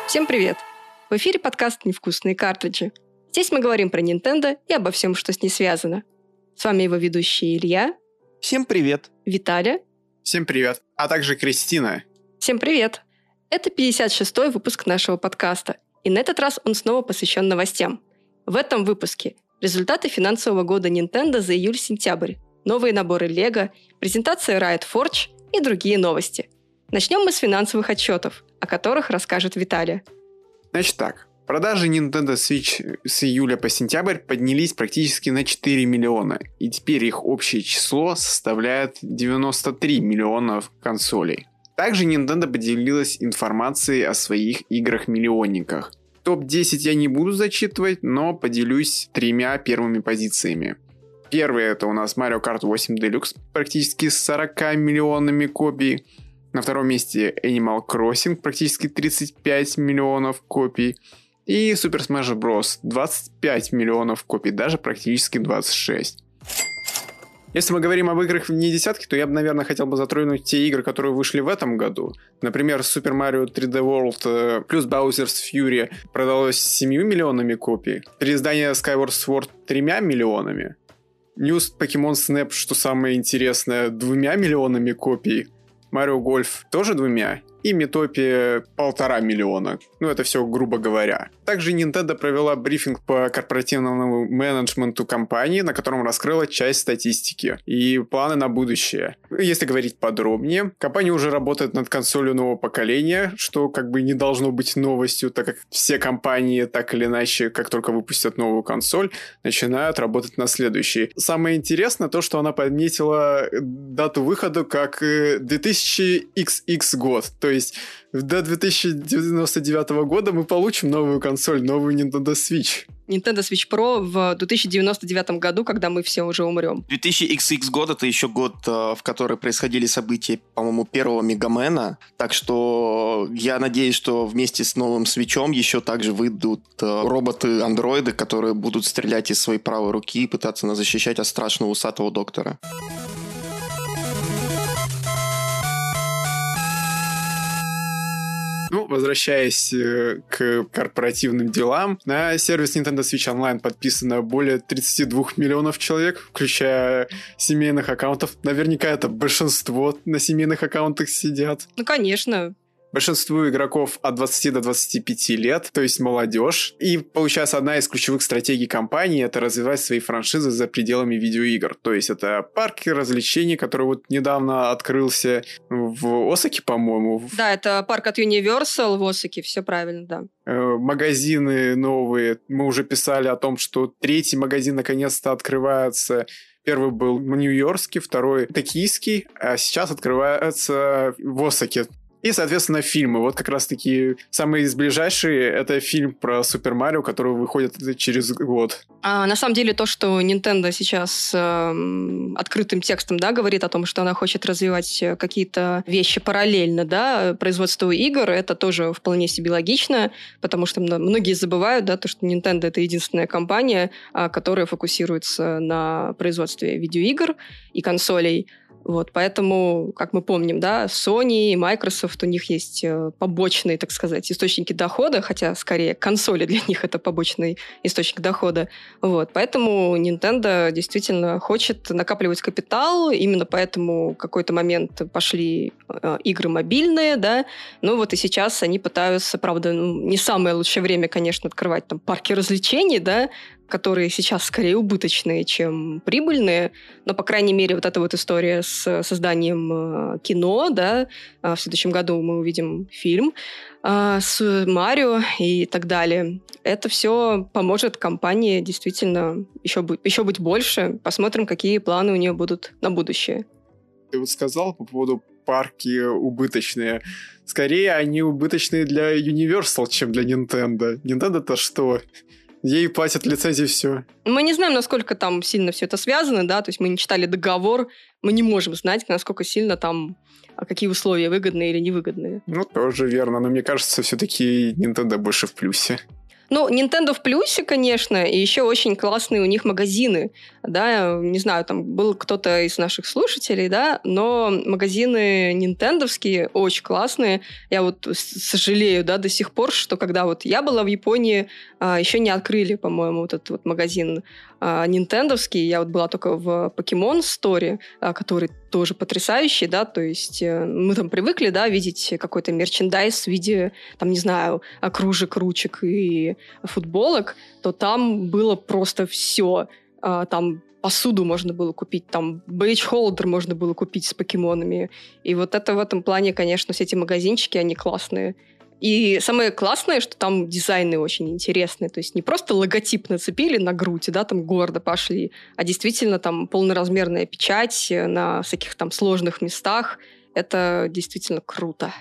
Всем привет! В эфире подкаст «Невкусные картриджи». Здесь мы говорим про Nintendo и обо всем, что с ней связано. С вами его ведущие Илья. Всем привет. Виталя. Всем привет. А также Кристина. Всем привет! Это 56-й выпуск нашего подкаста. И на этот раз он снова посвящен новостям. В этом выпуске результаты финансового года Nintendo за июль-сентябрь, новые наборы Лего, презентация Riot Forge и другие новости. Начнем мы с финансовых отчетов, о которых расскажет Виталий. Значит так, продажи Nintendo Switch с июля по сентябрь поднялись практически на 4 миллиона, и теперь их общее число составляет 93 миллиона консолей. Также Nintendo поделилась информацией о своих играх-миллионниках. Топ-10 я не буду зачитывать, но поделюсь тремя первыми позициями. Первый это у нас Mario Kart 8 Deluxe, практически с 40 миллионами копий. На втором месте Animal Crossing, практически 35 миллионов копий. И Super Smash Bros. 25 миллионов копий, даже практически 26. Если мы говорим об играх вне десятки, то я бы, наверное, хотел бы затронуть те игры, которые вышли в этом году. Например, Super Mario 3D World плюс Bowser's Fury продалось 7 миллионами копий. Переиздание Skyward Sword 3 миллионами. News Pokemon Snap, что самое интересное, 2 миллионами копий. Mario Golf тоже 2, и Metopia 1,5 миллиона. Ну, это все грубо говоря. Также Nintendo провела брифинг по корпоративному менеджменту компании, на котором раскрыла часть статистики и планы на будущее. Если говорить подробнее, компания уже работает над консолью нового поколения, что как бы не должно быть новостью, так как все компании так или иначе, как только выпустят новую консоль, начинают работать на следующей. Самое интересное то, что она подметила дату выхода как 2000XX год. То есть до 2099 года мы получим новую консоль, новую Nintendo Switch. Nintendo Switch Pro в 2099 году, когда мы все уже умрем. 2000XX год — это еще год, в который происходили события, по-моему, первого Мегамена. Так что я надеюсь, что вместе с новым Switch'ом еще также выйдут роботы-андроиды, которые будут стрелять из своей правой руки и пытаться нас защищать от страшного усатого доктора. Ну, возвращаясь к корпоративным делам, на сервис Nintendo Switch Online подписано более 32 миллионов человек, включая семейных аккаунтов. Наверняка это большинство на семейных аккаунтах сидят. Ну, конечно. Большинству игроков от 20 до 25 лет, то есть молодежь. И, получается, одна из ключевых стратегий компании — это развивать свои франшизы за пределами видеоигр. То есть это парки развлечений, который вот недавно открылся в Осаке, по-моему. Да, это парк от Universal в Осаке, все правильно, да. Магазины новые. Мы уже писали о том, что третий магазин наконец-то открывается. Первый был нью-йоркский, второй токийский, а сейчас открывается в Осаке. И, соответственно, фильмы. Вот как раз-таки самые из ближайшие — это фильм про Супер Марио, который выходит через год. На самом деле то, что Nintendo сейчас открытым текстом, да, говорит о том, что она хочет развивать какие-то вещи параллельно, да, производству игр, это тоже вполне себе логично, потому что многие забывают, да, то, что Nintendo — это единственная компания, которая фокусируется на производстве видеоигр и консолей. Вот, поэтому, как мы помним, да, Sony и Microsoft, у них есть побочные, так сказать, источники дохода, хотя, скорее, консоли для них это побочный источник дохода. Вот, поэтому Nintendo действительно хочет накапливать капитал, именно поэтому в какой-то момент пошли игры мобильные, да, ну вот и сейчас они пытаются, правда, не самое лучшее время, конечно, открывать там парки развлечений, да, которые сейчас скорее убыточные, чем прибыльные, но, по крайней мере, вот эта вот история с созданием кино, да, в следующем году мы увидим фильм с Марио и так далее. Это все поможет компании действительно еще быть больше. Посмотрим, какие планы у нее будут на будущее. Ты вот сказал по поводу парки убыточные. Скорее, они убыточные для Universal, чем для Nintendo. Nintendo-то что? Ей платят лицензии, все. Мы не знаем, насколько там сильно все это связано, да, то есть мы не читали договор, мы не можем знать, насколько сильно там, какие условия выгодные или невыгодные. Ну, тоже верно, но мне кажется, все-таки Nintendo больше в плюсе. Ну, Nintendo в плюсе, конечно, и еще очень классные у них магазины, да, не знаю, там был кто-то из наших слушателей, да, но магазины нинтендовские очень классные. Я вот сожалею, да, до сих пор, что когда вот я была в Японии, еще не открыли, по-моему, вот этот вот магазин нинтендовский. Я вот была только в Pokemon Store, который тоже потрясающий, да, то есть мы там привыкли, да, видеть какой-то мерчендайз в виде, там, не знаю, кружек, ручек и футболок, то там было просто все. Там посуду можно было купить, там бейдж-холдер можно было купить с покемонами. И вот это в этом плане, конечно, все эти магазинчики, они классные. И самое классное, что там дизайны очень интересные. То есть не просто логотип нацепили на грудь, да, там гордо пошли, а действительно там полноразмерная печать на всяких там сложных местах. Это действительно круто.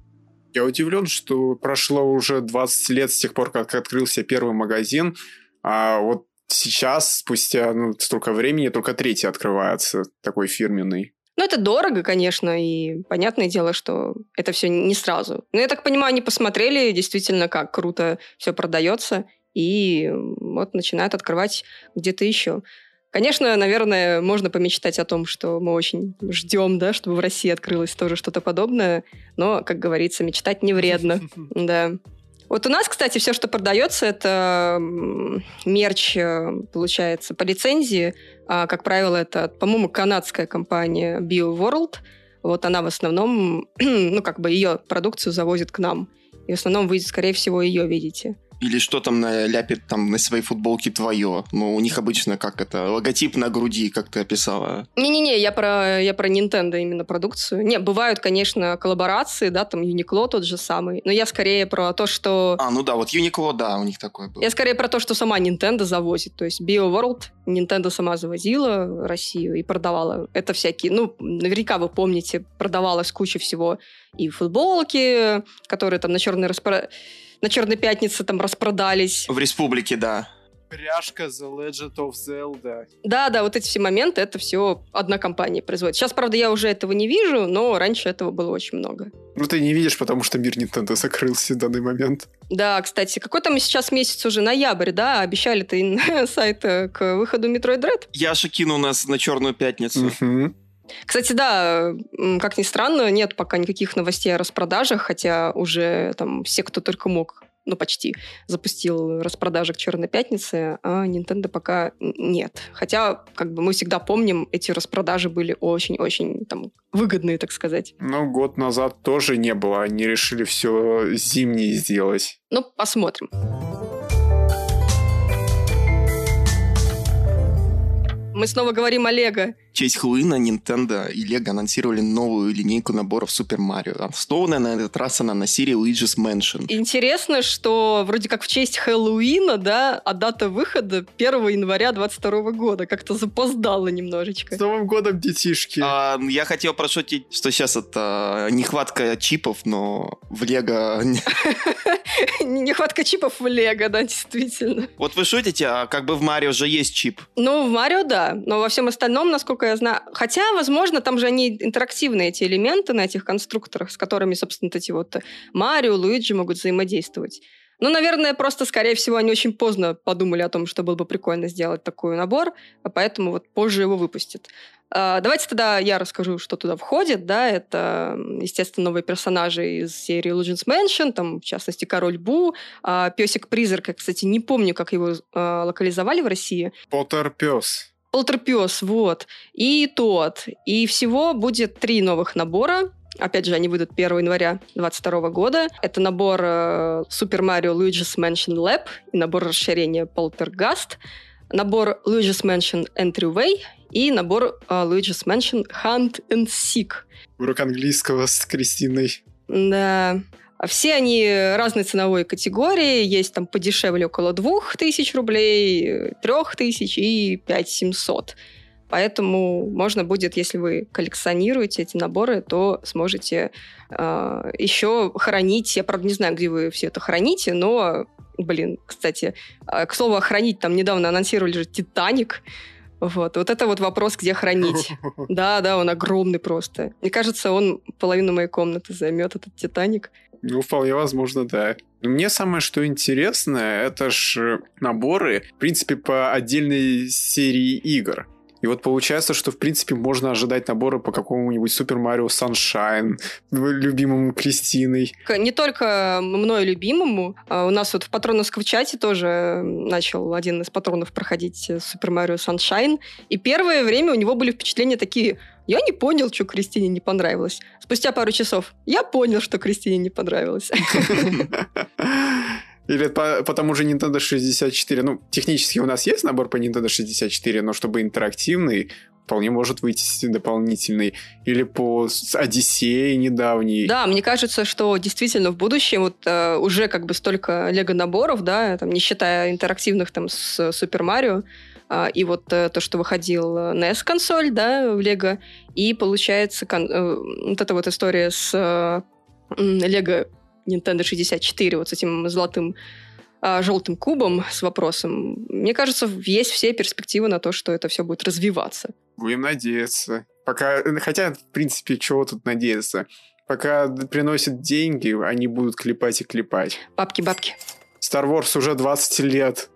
Я удивлен, что прошло уже 20 лет с тех пор, как открылся первый магазин, а вот сейчас, спустя столько времени, только третий открывается, такой фирменный. Ну, это дорого, конечно, и понятное дело, что это все не сразу. Но я так понимаю, они посмотрели действительно, как круто все продается, и вот начинают открывать где-то еще. Конечно, наверное, можно помечтать о том, что мы очень ждем, да, чтобы в России открылось тоже что-то подобное, но, как говорится, мечтать не вредно. Да. Вот у нас, кстати, все, что продается, это мерч, получается, по лицензии. Как правило, это, по-моему, канадская компания BioWorld. Вот она в основном, ну, как бы ее продукцию завозит к нам. И в основном вы, скорее всего, ее видите. Или что там ляпит там на своей футболке твое. Ну, у них обычно как это, логотип на груди, как ты описала. Не-не-не, я про Nintendo именно продукцию. Не, бывают, конечно, коллаборации, да, там Uniqlo тот же самый, но я скорее про то, что... Ну да, вот Uniqlo, да, у них такое было. Я скорее про то, что сама Nintendo завозит. То есть BioWorld Nintendo сама завозила в Россию и продавала. Это всякие, ну, наверняка вы помните, продавалась куча всего. И футболки, которые там на Черной пятнице там распродались. В республике, да. Пряжка The Legend of Zelda. Да, вот эти все моменты, это все одна компания производит. Сейчас, правда, я уже этого не вижу, но раньше этого было очень много. Ну, ты не видишь, потому что мир Nintendo закрылся в данный момент. Да, кстати, какой там сейчас месяц уже? Ноябрь, да? Обещали-то сайт к выходу Metroid Dread. Яша кинул нас на Черную пятницу. Кстати, да, как ни странно, нет пока никаких новостей о распродажах, хотя уже там все, кто только мог, ну почти, запустил распродажи к Черной пятнице, а Nintendo пока нет. Хотя, как бы мы всегда помним, эти распродажи были очень-очень там выгодные, так сказать. Ну, год назад тоже не было, они решили все зимнее сделать. Ну, посмотрим. Мы снова говорим о Лего. В честь Хэллоуина Nintendo и Lego анонсировали новую линейку наборов Super Mario. Основанная на этот раз она на серии Luigi's Mansion. Интересно, что вроде как в честь Хэллоуина, да, а дата выхода 1 января 2022 года. Как-то запоздало немножечко. С Новым годом, детишки! Я хотел пошутить, что сейчас это нехватка чипов, но в Лего... Нехватка чипов в Лего, да, действительно. Вот вы шутите, а как бы в Марио же есть чип. Ну, в Марио, да. Но во всем остальном, насколько я знаю... Хотя, возможно, там же они интерактивные, эти элементы на этих конструкторах, с которыми, собственно, эти вот Марио, Луиджи могут взаимодействовать. Ну, наверное, просто, скорее всего, они очень поздно подумали о том, что было бы прикольно сделать такой набор, а поэтому вот позже его выпустят. Давайте тогда я расскажу, что туда входит. Да, это, естественно, новые персонажи из серии Luigi's Mansion, там, в частности, Король Бу, Песик-призрак. Я, кстати, не помню, как его локализовали в России. Поттер-пес. Полтер-пес, вот. И тот. И всего будет 3 новых набора. Опять же, они выйдут 1 января 2022 года. Это набор Super Mario Luigi's Mansion Lab и набор расширения Poltergust, набор Luigi's Mansion Entryway и набор Luigi's Mansion Hunt and Seek. Урок английского с Кристиной. Да. Все они разной ценовой категории. Есть там подешевле около 2000 рублей, 3000 и 5700. Поэтому можно будет, если вы коллекционируете эти наборы, то сможете еще хранить. Я, правда, не знаю, где вы все это храните, но, кстати, к слову, хранить там недавно анонсировали же «Титаник». Вот это вот вопрос, где хранить. Да, он огромный просто. Мне кажется, он половину моей комнаты займет, этот «Титаник». Ну, вполне возможно, да. Мне самое, что интересно, это ж наборы, в принципе, по отдельной серии игр. И вот получается, что, в принципе, можно ожидать наборы по какому-нибудь Super Mario Sunshine, любимому Кристиной. Не только мной любимому. У нас вот в патроновском чате тоже начал один из патронов проходить Super Mario Sunshine. И первое время у него были впечатления такие: я не понял, что Кристине не понравилось. Спустя пару часов я понял, что Кристине не понравилось. Или по тому же Nintendo 64. Ну, технически у нас есть набор по Nintendo 64, но чтобы интерактивный, вполне может выйти дополнительный. Или по Одиссее недавней. Да, мне кажется, что действительно в будущем вот уже как бы столько лего-наборов, да, там, не считая интерактивных там с Super Mario, и вот то, что выходил NES-консоль, да, в Лего, и получается вот эта вот история с Лего Nintendo 64, вот с этим золотым, желтым кубом с вопросом. Мне кажется, есть все перспективы на то, что это все будет развиваться. Будем надеяться. Хотя, в принципе, чего тут надеяться? Пока приносят деньги, они будут клепать и клепать. Бабки. Star Wars уже 20 лет.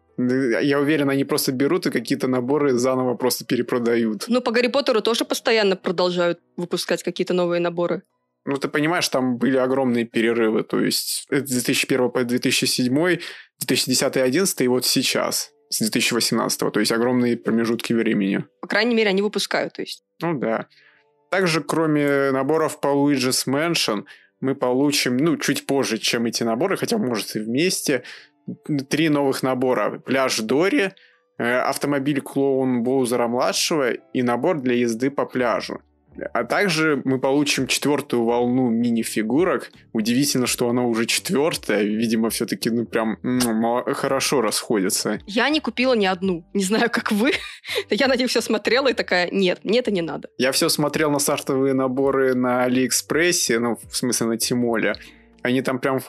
Я уверен, они просто берут и какие-то наборы заново просто перепродают. Ну, по Гарри Поттеру тоже постоянно продолжают выпускать какие-то новые наборы. Ну, ты понимаешь, там были огромные перерывы. То есть с 2001 по 2007, 2010 и 2011, и вот сейчас, с 2018. То есть огромные промежутки времени. По крайней мере, они выпускают, то есть. Ну, да. Также, кроме наборов по Luigi's Mansion, мы получим, чуть позже, чем эти наборы, хотя, может, и вместе, 3 новых набора. Пляж Дори, автомобиль клоун Боузера-младшего и набор для езды по пляжу. А также мы получим 4-ю волну мини-фигурок. Удивительно, что она уже 4-я. Видимо, все-таки, прям хорошо расходятся. Я не купила ни одну. Не знаю, как вы. Я на них все смотрела и такая: нет, мне это не надо. Я все смотрел на стартовые наборы на Алиэкспрессе, в смысле на Тимоле. Они там прям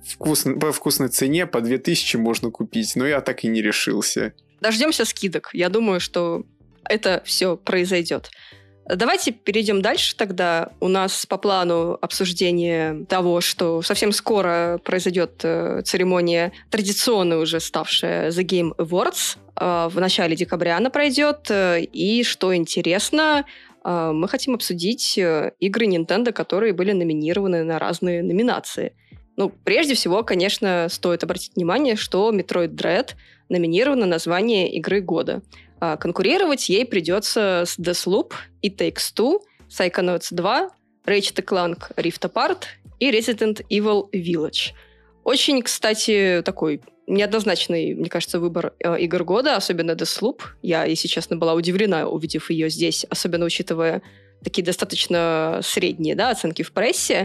по вкусной цене, по 2000 можно купить. Но я так и не решился. Дождемся скидок. Я думаю, что это все произойдет. Давайте перейдем дальше тогда. У нас по плану обсуждение того, что совсем скоро произойдет церемония, традиционно уже ставшая The Game Awards. В начале декабря она пройдет. И, что интересно, мы хотим обсудить игры Nintendo, которые были номинированы на разные номинации. Прежде всего, конечно, стоит обратить внимание, что Metroid Dread номинирована на звание игры года. Конкурировать ей придется с Deathloop, It Takes Two, Psychonauts 2, Ratchet & Clank Rift Apart и Resident Evil Village. Очень, кстати, такой неоднозначный, мне кажется, выбор игр года, особенно Deathloop. Я, если честно, была удивлена, увидев ее здесь, особенно учитывая такие достаточно средние, да, оценки в прессе.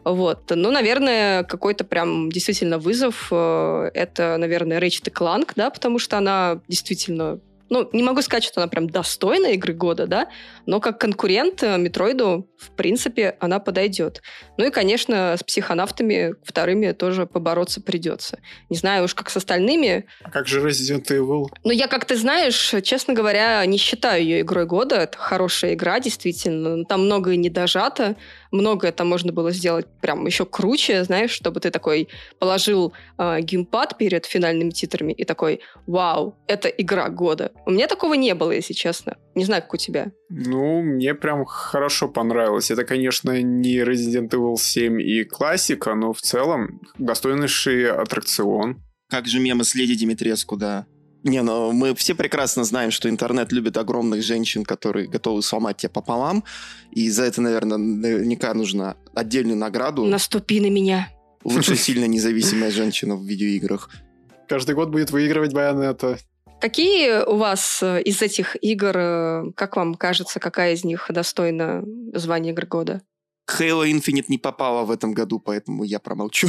Наверное, какой-то прям действительно вызов. Это, наверное, Ratchet & Clank, да, потому что она действительно... не могу сказать, что она прям достойна игры года, да, но как конкурент Метроиду, в принципе, она подойдет. И, конечно, с психонавтами вторыми тоже побороться придется. Не знаю уж, как с остальными. А как же Resident Evil? Я, как ты знаешь, честно говоря, не считаю ее игрой года. Это хорошая игра, действительно. Там многое не дожато, многое там можно было сделать прям еще круче, знаешь, чтобы ты такой положил геймпад перед финальными титрами и такой: вау, это игра года. У меня такого не было, если честно. Не знаю, как у тебя. Мне прям хорошо понравилось. Это, конечно, не Resident Evil 7 и классика, но в целом достойнейший аттракцион. Как же мемы с Леди Димитреску, да. Мы все прекрасно знаем, что интернет любит огромных женщин, которые готовы сломать тебя пополам. И за это, наверняка нужно отдельную награду. Наступи на меня. Лучше сильно независимая женщина в видеоиграх. Каждый год будет выигрывать Байонетта. Какие у вас из этих игр, как вам кажется, какая из них достойна звания игры года? Halo Infinite не попала в этом году, поэтому я промолчу.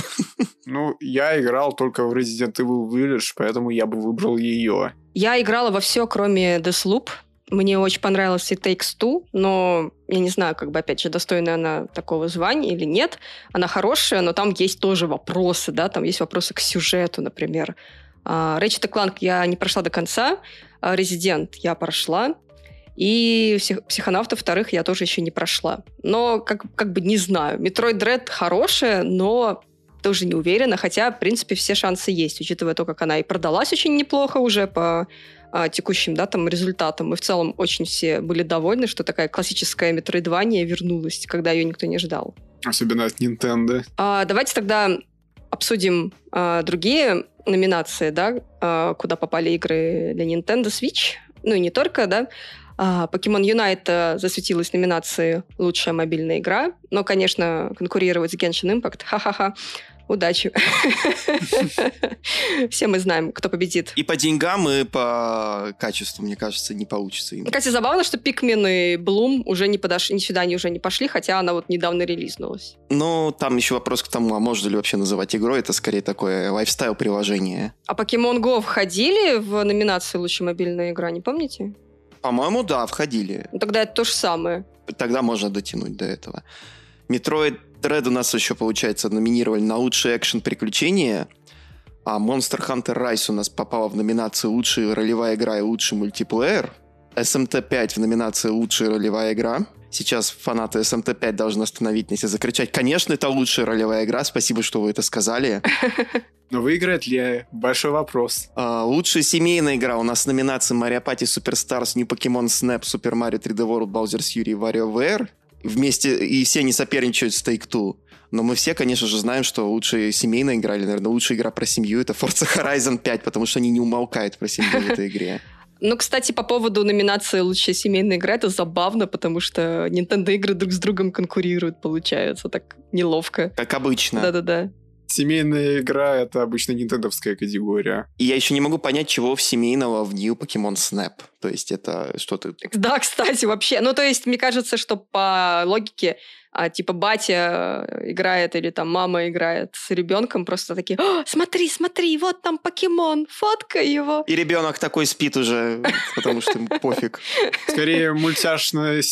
Я играл только в Resident Evil Village, поэтому я бы выбрал ее. Я играла во все, кроме Deathloop. Мне очень понравилась It Takes Two, но я не знаю, опять же, достойна она такого звания или нет. Она хорошая, но там есть тоже вопросы, да, там есть вопросы к сюжету, например. Ratchet & Clank я не прошла до конца, Resident я прошла, и Психонавтов вторых я тоже еще не прошла. Но как бы не знаю. Metroid Dread хорошая, но тоже не уверена, хотя, в принципе, все шансы есть, учитывая то, как она и продалась очень неплохо уже по текущим, да, там, результатам. И в целом очень все были довольны, что такая классическая Metroidvania вернулась, когда ее никто не ждал. Особенно от Nintendo. Давайте тогда обсудим другие номинации, да, куда попали игры для Nintendo Switch. Ну и не только, да. Pokemon Unite засветилась в номинации «Лучшая мобильная игра», но, конечно, конкурировать с Genshin Impact, ха-ха-ха, удачи. Все мы знаем, кто победит. И по деньгам, и по качеству, мне кажется, не получится им. Кстати, забавно, что Pikmin и Bloom уже не подошли, сюда они уже не пошли, хотя она вот недавно релизнулась. Ну, там еще вопрос к тому, а можно ли вообще называть игрой, это скорее такое лайфстайл-приложение. А Pokemon Go входили в номинацию «Лучшая мобильная игра», не помните? По-моему, да, входили. Ну, тогда это то же самое. Тогда можно дотянуть до этого. Metroid Dread у нас еще, получается, номинировали на лучший экшен-приключение, а Monster Hunter Rise у нас попала в номинацию «Лучшая ролевая игра» и «Лучший мультиплеер». SMT 5 в номинации «Лучшая ролевая игра». Сейчас фанаты SMT 5 должны остановиться и закричать: «Конечно, это лучшая ролевая игра, спасибо, что вы это сказали». Но выиграет ли? Большой вопрос. Лучшая семейная игра у нас в номинации Mario Party Superstars, New Pokemon Snap, Super Mario 3D World, Bowser's Fury и WarioWare. Вместе, и все они соперничают с Take-Two. Но мы все, конечно же, знаем, что лучшая семейная игра, или, наверное, лучшая игра про семью — это Forza Horizon 5, потому что они не умолкают про семью в этой игре. Ну, кстати, по поводу номинации «Лучшая семейная игра» это забавно, потому что Nintendo игры друг с другом конкурируют, получается, так неловко. Как обычно. Да-да-да. Семейная игра — это обычно нинтендовская категория. И я еще не могу понять, чего в семейного в New Pokemon Snap. То есть это что-то... Да, кстати, вообще. Ну, то есть, мне кажется, что по логике, типа, батя играет или там мама играет с ребенком, просто такие: «О, смотри, смотри, вот там покемон, фоткай его». И ребенок такой спит уже, потому что ему пофиг. Скорее, мультяшный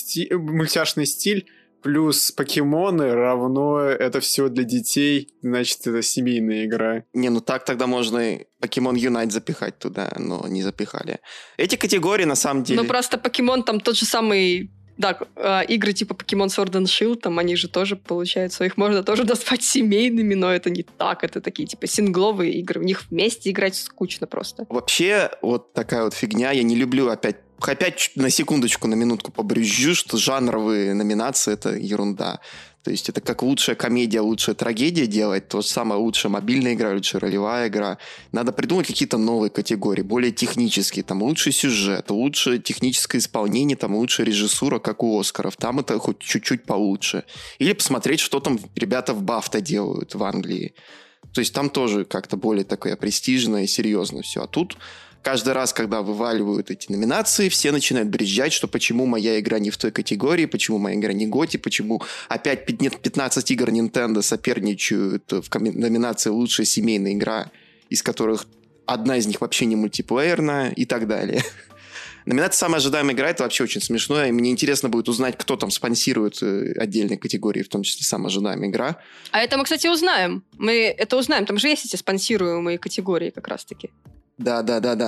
стиль плюс покемоны равно это все для детей, значит, это семейная игра. Не, ну так тогда можно и Pokemon Unite запихать туда, но не запихали. Эти категории, на самом деле... Ну, просто покемон там тот же самый... Да, игры типа Pokemon Sword and Shield, там они же тоже, получается, их можно тоже назвать семейными, но это не так. Это такие, типа, сингловые игры. В них вместе играть скучно просто. Вообще, вот такая вот фигня. Я не люблю опять на секундочку, на минутку побрюзжу, что жанровые номинации — это ерунда. То есть это как лучшая комедия, лучшая трагедия делать, то же самое лучшая мобильная игра, лучшая ролевая игра. Надо придумать какие-то новые категории, более технические. Там лучший сюжет, лучшее техническое исполнение, там лучшая режиссура, как у Оскаров. Там это хоть чуть-чуть получше. Или посмотреть, что там ребята в Бафта делают в Англии. То есть там тоже как-то более такое престижное и серьезное все. А тут каждый раз, когда вываливают эти номинации, все начинают брезжать, что почему моя игра не в той категории, почему моя игра не Готи, почему опять 15 игр Nintendo соперничают в номинации «Лучшая семейная игра», из которых одна из них вообще не мультиплеерная и так далее. Номинация «Самая ожидаемая игра» — это вообще очень смешно, и мне интересно будет узнать, кто там спонсирует отдельные категории, в том числе «Самая ожидаемая игра». А это мы, кстати, узнаем. Мы это узнаем. Там же есть эти спонсируемые категории как раз-таки. Да.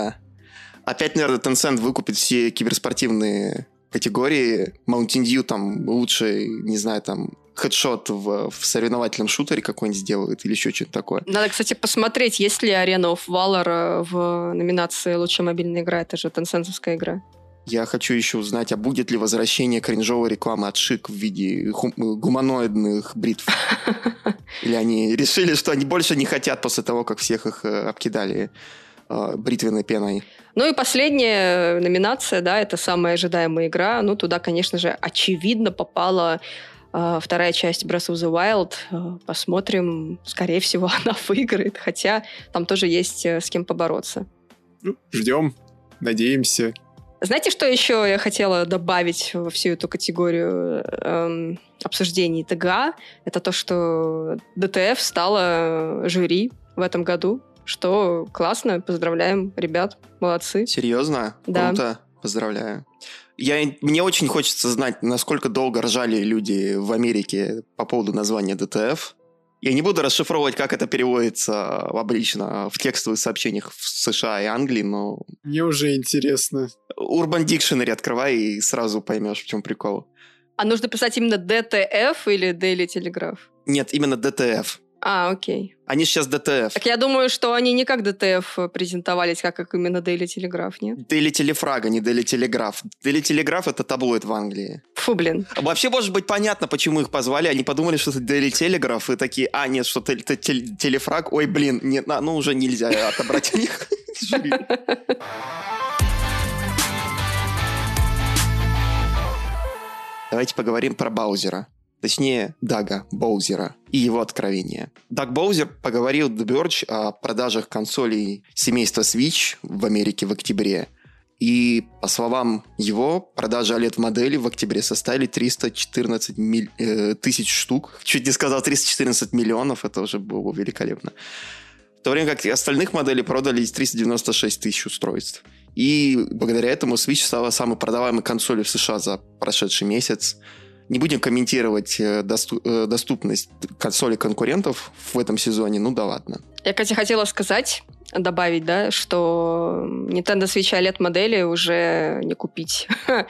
Опять, наверное, Tencent выкупит все киберспортивные категории. Mountain Dew там лучший, не знаю, там хедшот в соревновательном шутере какой-нибудь сделают или еще что-то такое. Надо, кстати, посмотреть, есть ли Arena of Valor в номинации «Лучшая мобильная игра». Это же тенсентовская игра. Я хочу еще узнать, а будет ли возвращение кринжовой рекламы от Шик в виде гуманоидных бритв? Или они решили, что они больше не хотят после того, как всех их обкидали бритвенной пеной? Ну и последняя номинация, да, это самая ожидаемая игра. Ну, туда, конечно же, очевидно попала вторая часть Breath of the Wild. Посмотрим, скорее всего, она выиграет, хотя там тоже есть с кем побороться. Ну, ждем, надеемся. Знаете, что еще я хотела добавить во всю эту категорию обсуждений ТГА? Это то, что ДТФ стала жюри в этом году, что классно, поздравляем, ребят, молодцы. Серьезно? Да. Круто, поздравляю. Мне очень хочется знать, насколько долго ржали люди в Америке по поводу названия ДТФ. Я не буду расшифровывать, как это переводится обычно в текстовых сообщениях в США и Англии, но... Мне уже интересно. Urban Dictionary открывай и сразу поймешь, в чем прикол. А нужно писать именно DTF или Daily Telegraph? Нет, именно DTF. Окей. Они сейчас DTF. Так я думаю, что они не как DTF презентовались, как именно Daily Telegraph, нет? Daily Telegraph, а не Daily Telegraph. Daily Telegraph — это таблоид в Англии. Фу, блин. Вообще, может быть, понятно, почему их позвали. Они подумали, что это Daily Telegraph, и такие, нет, что это телефраг. Ой, блин, нет, уже нельзя отобрать у них. Давайте поговорим про Баузера. Точнее, Дага Боузера и его откровения. Даг Боузер поговорил The Verge о продажах консолей семейства Switch в Америке в октябре. И, по словам его, продажи OLED-модели в октябре составили 314 тысяч штук. Чуть не сказал 314 миллионов, это уже было великолепно. В то время как остальных моделей продались 396 тысяч устройств. И благодаря этому Switch стала самой продаваемой консолью в США за прошедший месяц. Не будем комментировать доступность консолей конкурентов в этом сезоне, да ладно. Я, кстати, хотела добавить, да, что Nintendo Switch OLED-модели уже не купить.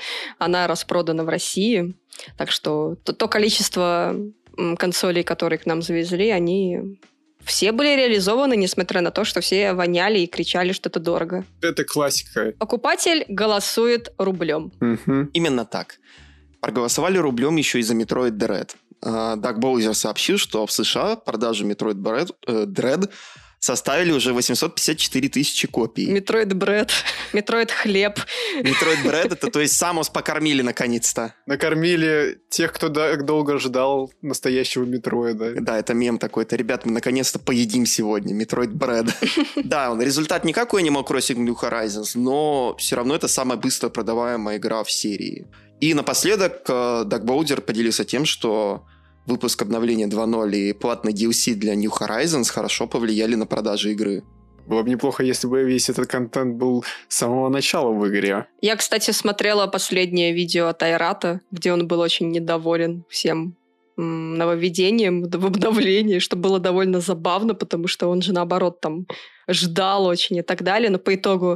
Она распродана в России. Так что то количество консолей, которые к нам завезли, они все были реализованы, несмотря на то, что все воняли и кричали, что это дорого. Это классика. Покупатель голосует рублем. Угу. Именно так. Проголосовали рублем еще и за Metroid Dread. Даг Боузер сообщил, что в США продажи Metroid Dread составили уже 854 тысячи копий. Metroid Bread, Metroid хлеб. Metroid Bread — это, то есть, Самус покормили наконец-то. Накормили тех, кто долго ждал настоящего Метроида. Да, это мем такой-то. Ребят, мы наконец-то поедим сегодня Metroid Bread. Да, результат не как у Animal Crossing New Horizons, но все равно это самая быстро продаваемая игра в серии. И напоследок Даг Боузер поделился тем, что выпуск обновления 2.0 и платный DLC для New Horizons хорошо повлияли на продажи игры. Было бы неплохо, если бы весь этот контент был с самого начала в игре. Я, кстати, смотрела последнее видео от Айрата, где он был очень недоволен всем нововведением в обновлении, что было довольно забавно, потому что он же, наоборот, там ждал очень и так далее, но по итогу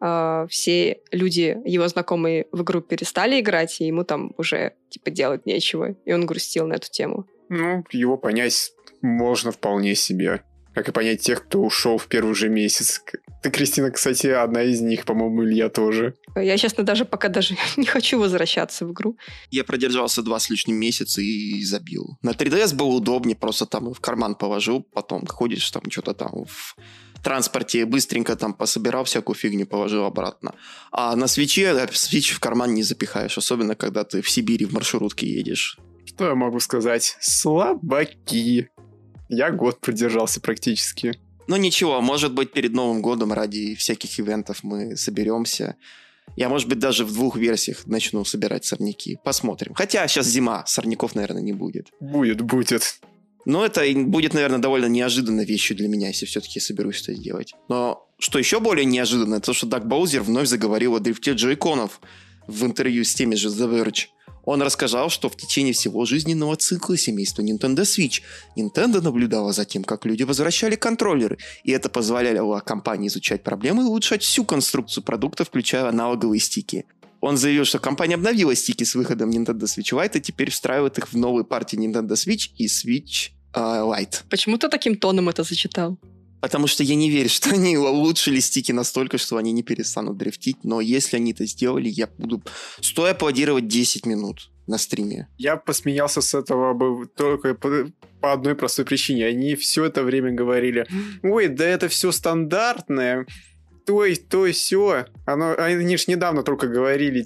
все люди, его знакомые в игру перестали играть, и ему там уже делать нечего. И он грустил на эту тему. Его понять можно вполне себе. Как и понять тех, кто ушел в первый же месяц. Ты, Кристина, кстати, одна из них, по-моему, Илья тоже. Я, честно, пока не хочу возвращаться в игру. Я продержался 2 с лишним месяца и забил. На 3DS было удобнее, просто там в карман положил, потом ходишь там что-то там в транспорте, быстренько там пособирал всякую фигню, положил обратно. А на свитче свитч в карман не запихаешь, особенно когда ты в Сибири в маршрутке едешь. Что я могу сказать? Слабаки. Я год продержался практически. Но ничего, может быть, перед Новым годом ради всяких ивентов мы соберемся. Я, может быть, даже в 2 версиях начну собирать сорняки. Посмотрим. Хотя сейчас зима, сорняков, наверное, не будет. Будет. Но это будет, наверное, довольно неожиданной вещью для меня, если все-таки соберусь это сделать. Но что еще более неожиданно, это то, что Даг Боузер вновь заговорил о дрифте джойконов в интервью с теми же The Verge. Он рассказал, что в течение всего жизненного цикла семейства Nintendo Switch Nintendo наблюдала за тем, как люди возвращали контроллеры, и это позволяло компании изучать проблемы и улучшать всю конструкцию продукта, включая аналоговые стики. Он заявил, что компания обновила стики с выходом Nintendo Switch Lite и теперь встраивает их в новые партии Nintendo Switch и Switch Lite. Почему ты таким тоном это зачитал? Потому что я не верю, что они улучшили стики настолько, что они не перестанут дрифтить. Но если они это сделали, я буду стоя аплодировать 10 минут на стриме. Я посмеялся с этого бы только по одной простой причине. Они все это время говорили: ой, да это все стандартное. То и сё. Они ж недавно только говорили,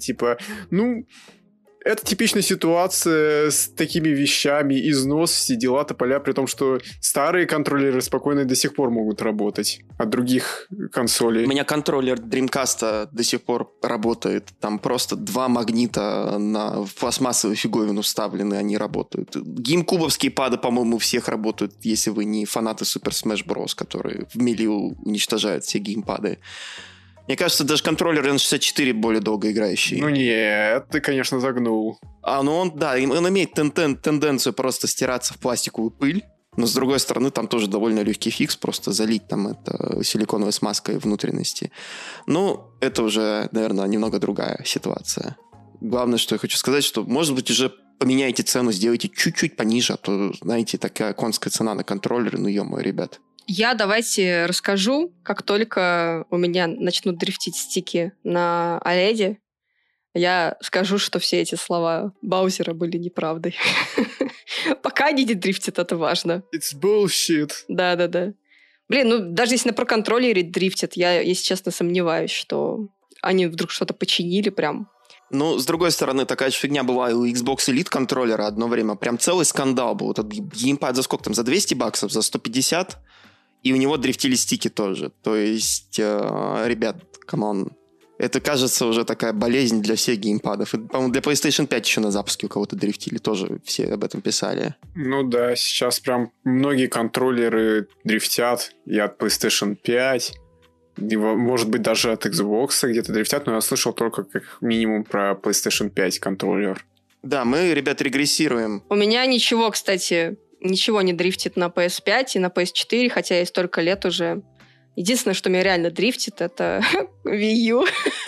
это типичная ситуация с такими вещами, износ, все дела, тополя, при том, что старые контроллеры спокойно до сих пор могут работать от других консолей. У меня контроллер Dreamcast до сих пор работает. Там просто 2 магнита в пластмассовую фиговину вставлены, они работают. Геймкубовские пады, по-моему, у всех работают, если вы не фанаты Super Smash Bros., которые в милию уничтожают все геймпады. Мне кажется, даже контроллер N64 более долго играющий. Нет, ты, конечно, загнул. Он имеет тенденцию просто стираться в пластиковую пыль. Но, с другой стороны, там тоже довольно легкий фикс, просто залить там это силиконовой смазкой внутренности. Ну, это уже, наверное, немного другая ситуация. Главное, что я хочу сказать, что, может быть, уже поменяйте цену, сделайте чуть-чуть пониже, а то, знаете, такая конская цена на контроллеры, ну, ё-моё, ребят. Я давайте расскажу, как только у меня начнут дрифтить стики на OLED, я скажу, что все эти слова Баузера были неправдой. Пока они не дрифтят, это важно. It's bullshit. Да. Блин, ну даже если на проконтроллере дрифтят, я, если честно, сомневаюсь, что они вдруг что-то починили прям. Ну, с другой стороны, такая же фигня была и у Xbox Elite контроллера одно время. Прям целый скандал был. Этот геймпад за сколько там? За $200? За 150? И у него дрифтили стики тоже. То есть, ребят, камон. Это, кажется, уже такая болезнь для всех геймпадов. И, по-моему, для PlayStation 5 еще на запуске у кого-то дрифтили. Тоже все об этом писали. Ну да, сейчас прям многие контроллеры дрифтят. И от PlayStation 5, и, может быть, даже от Xbox где-то дрифтят, но я слышал только как минимум про PlayStation 5 контроллер. Да, мы, ребят, регрессируем. У меня ничего, кстати, ничего не дрифтит на PS5 и на PS4, хотя я столько лет уже. Единственное, что меня реально дрифтит, это Wii U.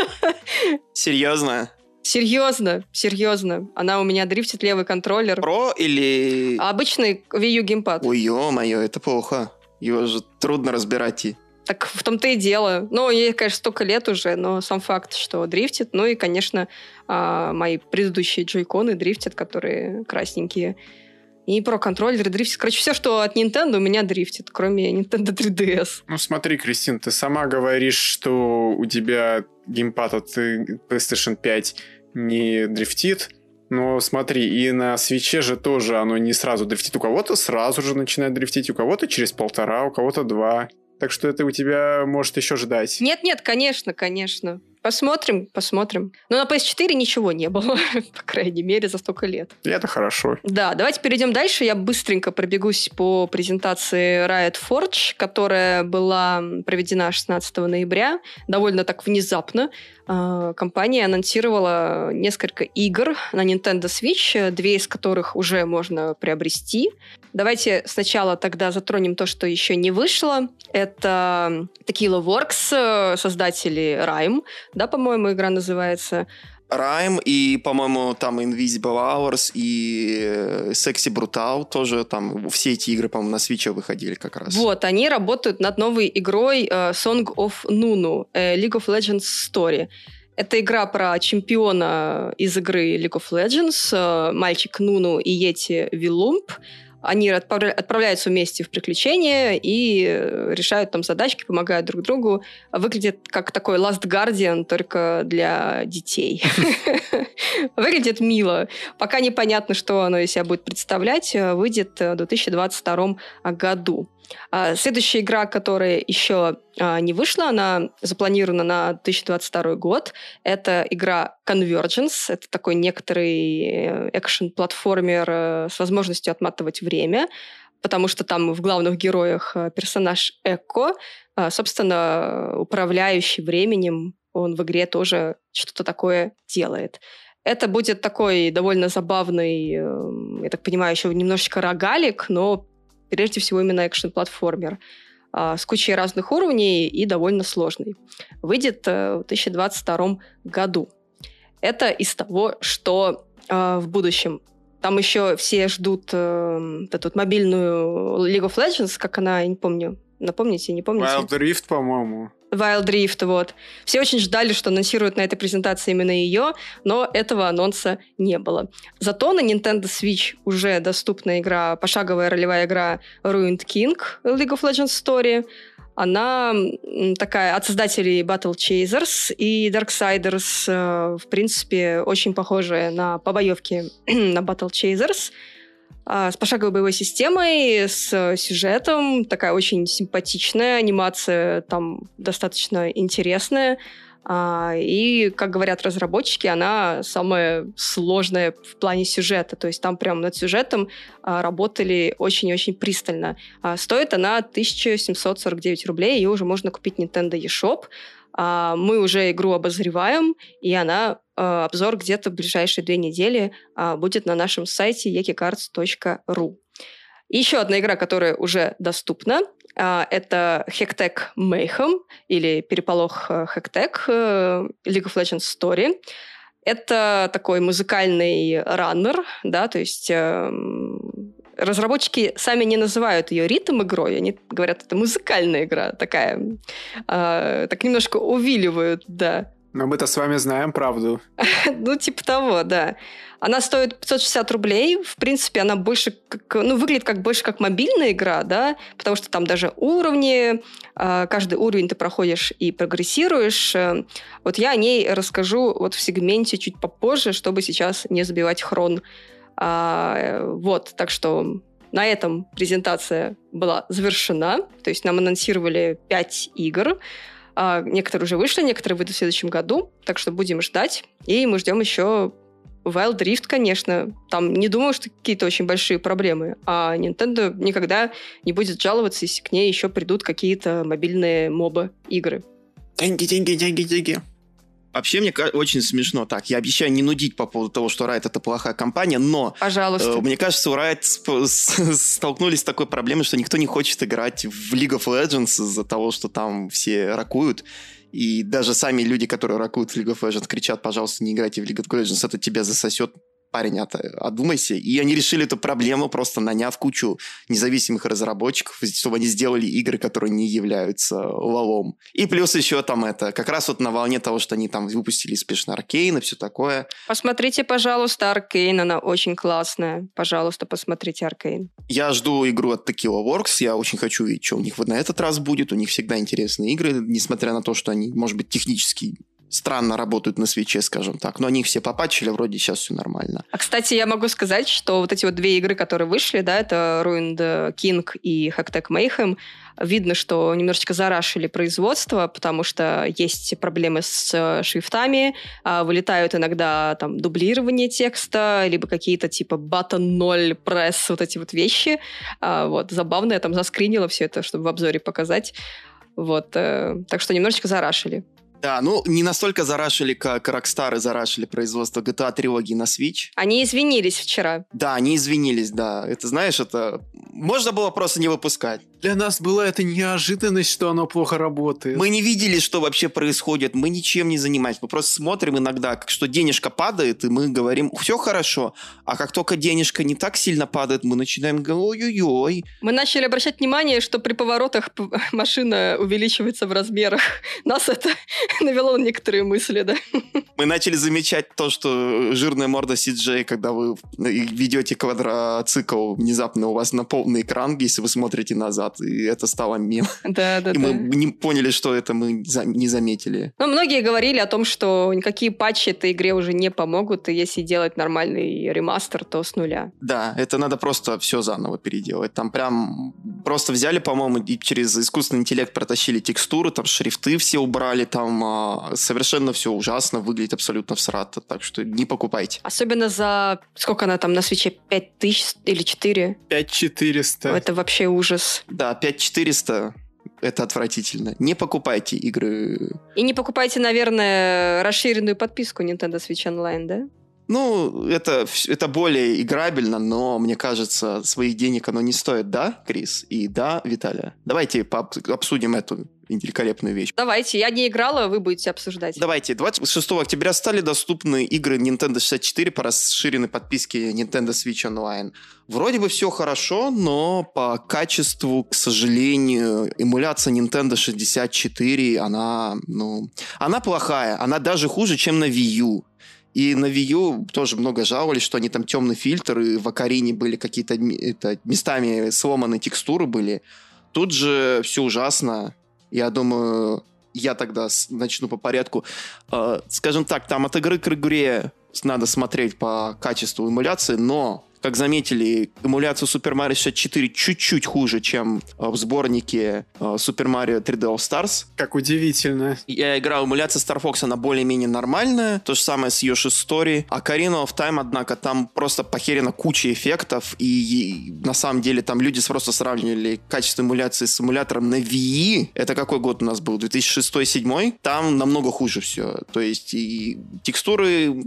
Серьезно? Серьезно. Она у меня дрифтит, левый контроллер. Pro или... Обычный Wii U геймпад. Ой, ё-моё, это плохо. Его же трудно разбирать. Так в том-то и дело. Ну, ей, конечно, столько лет уже, но сам факт, что дрифтит. Ну и, конечно, мои предыдущие джойконы дрифтят, которые красненькие. И про-контроллеры дрифтят. Короче, все, что от Nintendo, у меня дрифтит, кроме Nintendo 3DS. Ну смотри, Кристин, ты сама говоришь, что у тебя геймпад от PlayStation 5 не дрифтит. Но смотри, и на свитче же тоже оно не сразу дрифтит. У кого-то сразу же начинает дрифтить, у кого-то через 1,5, у кого-то 2. Так что это у тебя может еще ждать. Нет, конечно. Посмотрим. Но на PS4 ничего не было, по крайней мере, за столько лет. И это хорошо. Да, давайте перейдем дальше. Я быстренько пробегусь по презентации Riot Forge, которая была проведена 16 ноября, довольно так внезапно. Компания анонсировала несколько игр на Nintendo Switch, 2 из которых уже можно приобрести. Давайте сначала тогда затронем то, что еще не вышло. Это Tequila Works, создатели Rime, да, по-моему, игра называется. Rime и, по-моему, там Invisible Hours и Sexy Brutal тоже там, все эти игры, по-моему, на Switch выходили как раз. Вот, они работают над новой игрой Song of Nunu, League of Legends Story. Это игра про чемпиона из игры League of Legends, мальчик Нуну и Йети Вилумп. Они отправляются вместе в приключения и решают там задачки, помогают друг другу. Выглядит как такой Last Guardian, только для детей. Выглядит мило. Пока непонятно, что оно из себя будет представлять. Выйдет в 2022 году. Следующая игра, которая еще не вышла, она запланирована на 2022 год. Это игра Convergence. Это такой некоторый экшен-платформер с возможностью отматывать время, потому что там в главных героях персонаж Экко, собственно, управляющий временем. Он в игре тоже что-то такое делает. Это будет такой довольно забавный, я так понимаю, еще немножечко рогалик, но прежде всего именно экшен-платформер с кучей разных уровней и довольно сложный. Выйдет в 2022 году. Это из того, что в будущем. Там еще все ждут эту мобильную League of Legends, как она, я не помню. Напомните, не помните? Wild Rift, по-моему. Wild Rift, вот. Все очень ждали, что анонсируют на этой презентации именно ее, но этого анонса не было. Зато на Nintendo Switch уже доступна игра, пошаговая ролевая игра Ruined King League of Legends Story. Она такая от создателей Battle Chasers и Darksiders, в принципе, очень похожая на побоевки на Battle Chasers, с пошаговой боевой системой, с сюжетом, такая очень симпатичная, анимация там достаточно интересная. И, как говорят разработчики, она самая сложная в плане сюжета. То есть там прям над сюжетом работали очень-очень пристально. Стоит она 1749 рублей, ее уже можно купить в Nintendo eShop. Мы уже игру обозреваем, и обзор где-то в ближайшие 2 недели будет на нашем сайте ekicards.ru. И еще одна игра, которая уже доступна, это Hectech Mayhem, или Переполох Hectech, League of Legends Story. Это такой музыкальный раннер, да, то есть разработчики сами не называют ее ритм-игрой, они говорят, это музыкальная игра такая. Так немножко увиливают, да. Но мы-то с вами знаем правду. Ну, типа того, да. Она стоит 560 рублей. В принципе, она больше выглядит больше как мобильная игра, да, потому что там даже уровни, каждый уровень ты проходишь и прогрессируешь. Вот я о ней расскажу вот в сегменте чуть попозже, чтобы сейчас не забивать хрон. Вот, так что на этом презентация была завершена. То есть нам анонсировали 5 игр. Некоторые уже вышли, некоторые выйдут в следующем году. Так что будем ждать. И мы ждем еще Wild Rift, конечно. Там не думаю, что какие-то очень большие проблемы. А Nintendo никогда не будет жаловаться, если к ней еще придут какие-то мобильные моба-игры. Деньги. Вообще, мне очень смешно. Так, я обещаю не нудить по поводу того, что Riot — это плохая компания, но... Пожалуйста. Мне кажется, у Riot столкнулись с такой проблемой, что никто не хочет играть в League of Legends из-за того, что там все ракуют. И даже сами люди, которые ракуют в League of Legends, кричат: пожалуйста, не играйте в League of Legends, это тебя засосет. Парень, одумайся. И они решили эту проблему, просто наняв кучу независимых разработчиков, чтобы они сделали игры, которые не являются лолом. И плюс еще там как раз вот на волне того, что они там выпустили успешно Аркейн и все такое. Посмотрите, пожалуйста, Аркейн, она очень классная. Пожалуйста, посмотрите Аркейн. Я жду игру от Tequila Works, я очень хочу видеть, что у них вот на этот раз будет. У них всегда интересные игры, несмотря на то, что они, может быть, технически странно работают на свитче, скажем так. Но они их все попатчили, вроде сейчас все нормально. А, кстати, я могу сказать, что вот эти вот 2 игры, которые вышли, да, это Ruined King и Hectech Mayhem, видно, что немножечко зарашили производство, потому что есть проблемы с шрифтами, вылетают иногда там дублирование текста, либо какие-то типа button 0 press, вот эти вот вещи. Вот, забавно, я там заскринила все это, чтобы в обзоре показать. Вот, так что немножечко зарашили. Да, не настолько зарашили, как Rockstar зарашили производство GTA трилогии на Switch. Они извинились вчера. Да, они извинились, да. Это, знаешь, можно было просто не выпускать. Для нас была это неожиданность, что оно плохо работает. Мы не видели, что вообще происходит, мы ничем не занимаемся. Мы просто смотрим иногда, что денежка падает, и мы говорим: все хорошо. А как только денежка не так сильно падает, мы начинаем говорить: ой-ой-ой. Мы начали обращать внимание, что при поворотах машина увеличивается в размерах. Нас это навело на некоторые мысли, да. Мы начали замечать то, что жирная морда CJ, когда вы ведете квадроцикл, внезапно у вас на полный экран, если вы смотрите назад, и это стало мем. Да. И мы не поняли, что это мы не заметили. Но многие говорили о том, что никакие патчи этой игре уже не помогут, и если делать нормальный ремастер, то с нуля. Да, это надо просто все заново переделать. Там прям просто взяли, по-моему, и через искусственный интеллект протащили текстуры, там шрифты все убрали, там совершенно все ужасно, выглядит абсолютно всрато, так что не покупайте. Особенно за... Сколько она там на свитче? 5000 или 4? 5400. Это вообще ужас. Да, 5400 это отвратительно. Не покупайте игры. И не покупайте, наверное, расширенную подписку Nintendo Switch Online, да? Это более играбельно, но, мне кажется, своих денег оно не стоит, да, Крис? И да, Виталия? Давайте обсудим эту великолепную вещь. Давайте, я не играла, вы будете обсуждать. Давайте, 26 октября стали доступны игры Nintendo 64 по расширенной подписке Nintendo Switch Online. Вроде бы все хорошо, но по качеству, к сожалению, эмуляция Nintendo 64, она плохая. Она даже хуже, чем на Wii U. И на Wii U тоже много жаловались, что они там темный фильтр, и в Ocarina были какие-то местами сломанные текстуры были. Тут же все ужасно. Я думаю, я тогда начну по порядку. Скажем так, там от игры к игре надо смотреть по качеству эмуляции, но, как заметили, эмуляция Super Mario 64 чуть-чуть хуже, чем в сборнике Super Mario 3D All Stars. Как удивительно. Я играл эмуляция Star Fox, она более-менее нормальная. То же самое с Yoshi's Story. А Ocarina of Time, однако, там просто похерена куча эффектов. И на самом деле там люди просто сравнивали качество эмуляции с эмулятором на Wii. Это какой год у нас был? 2006-2007? Там намного хуже все. То есть и текстуры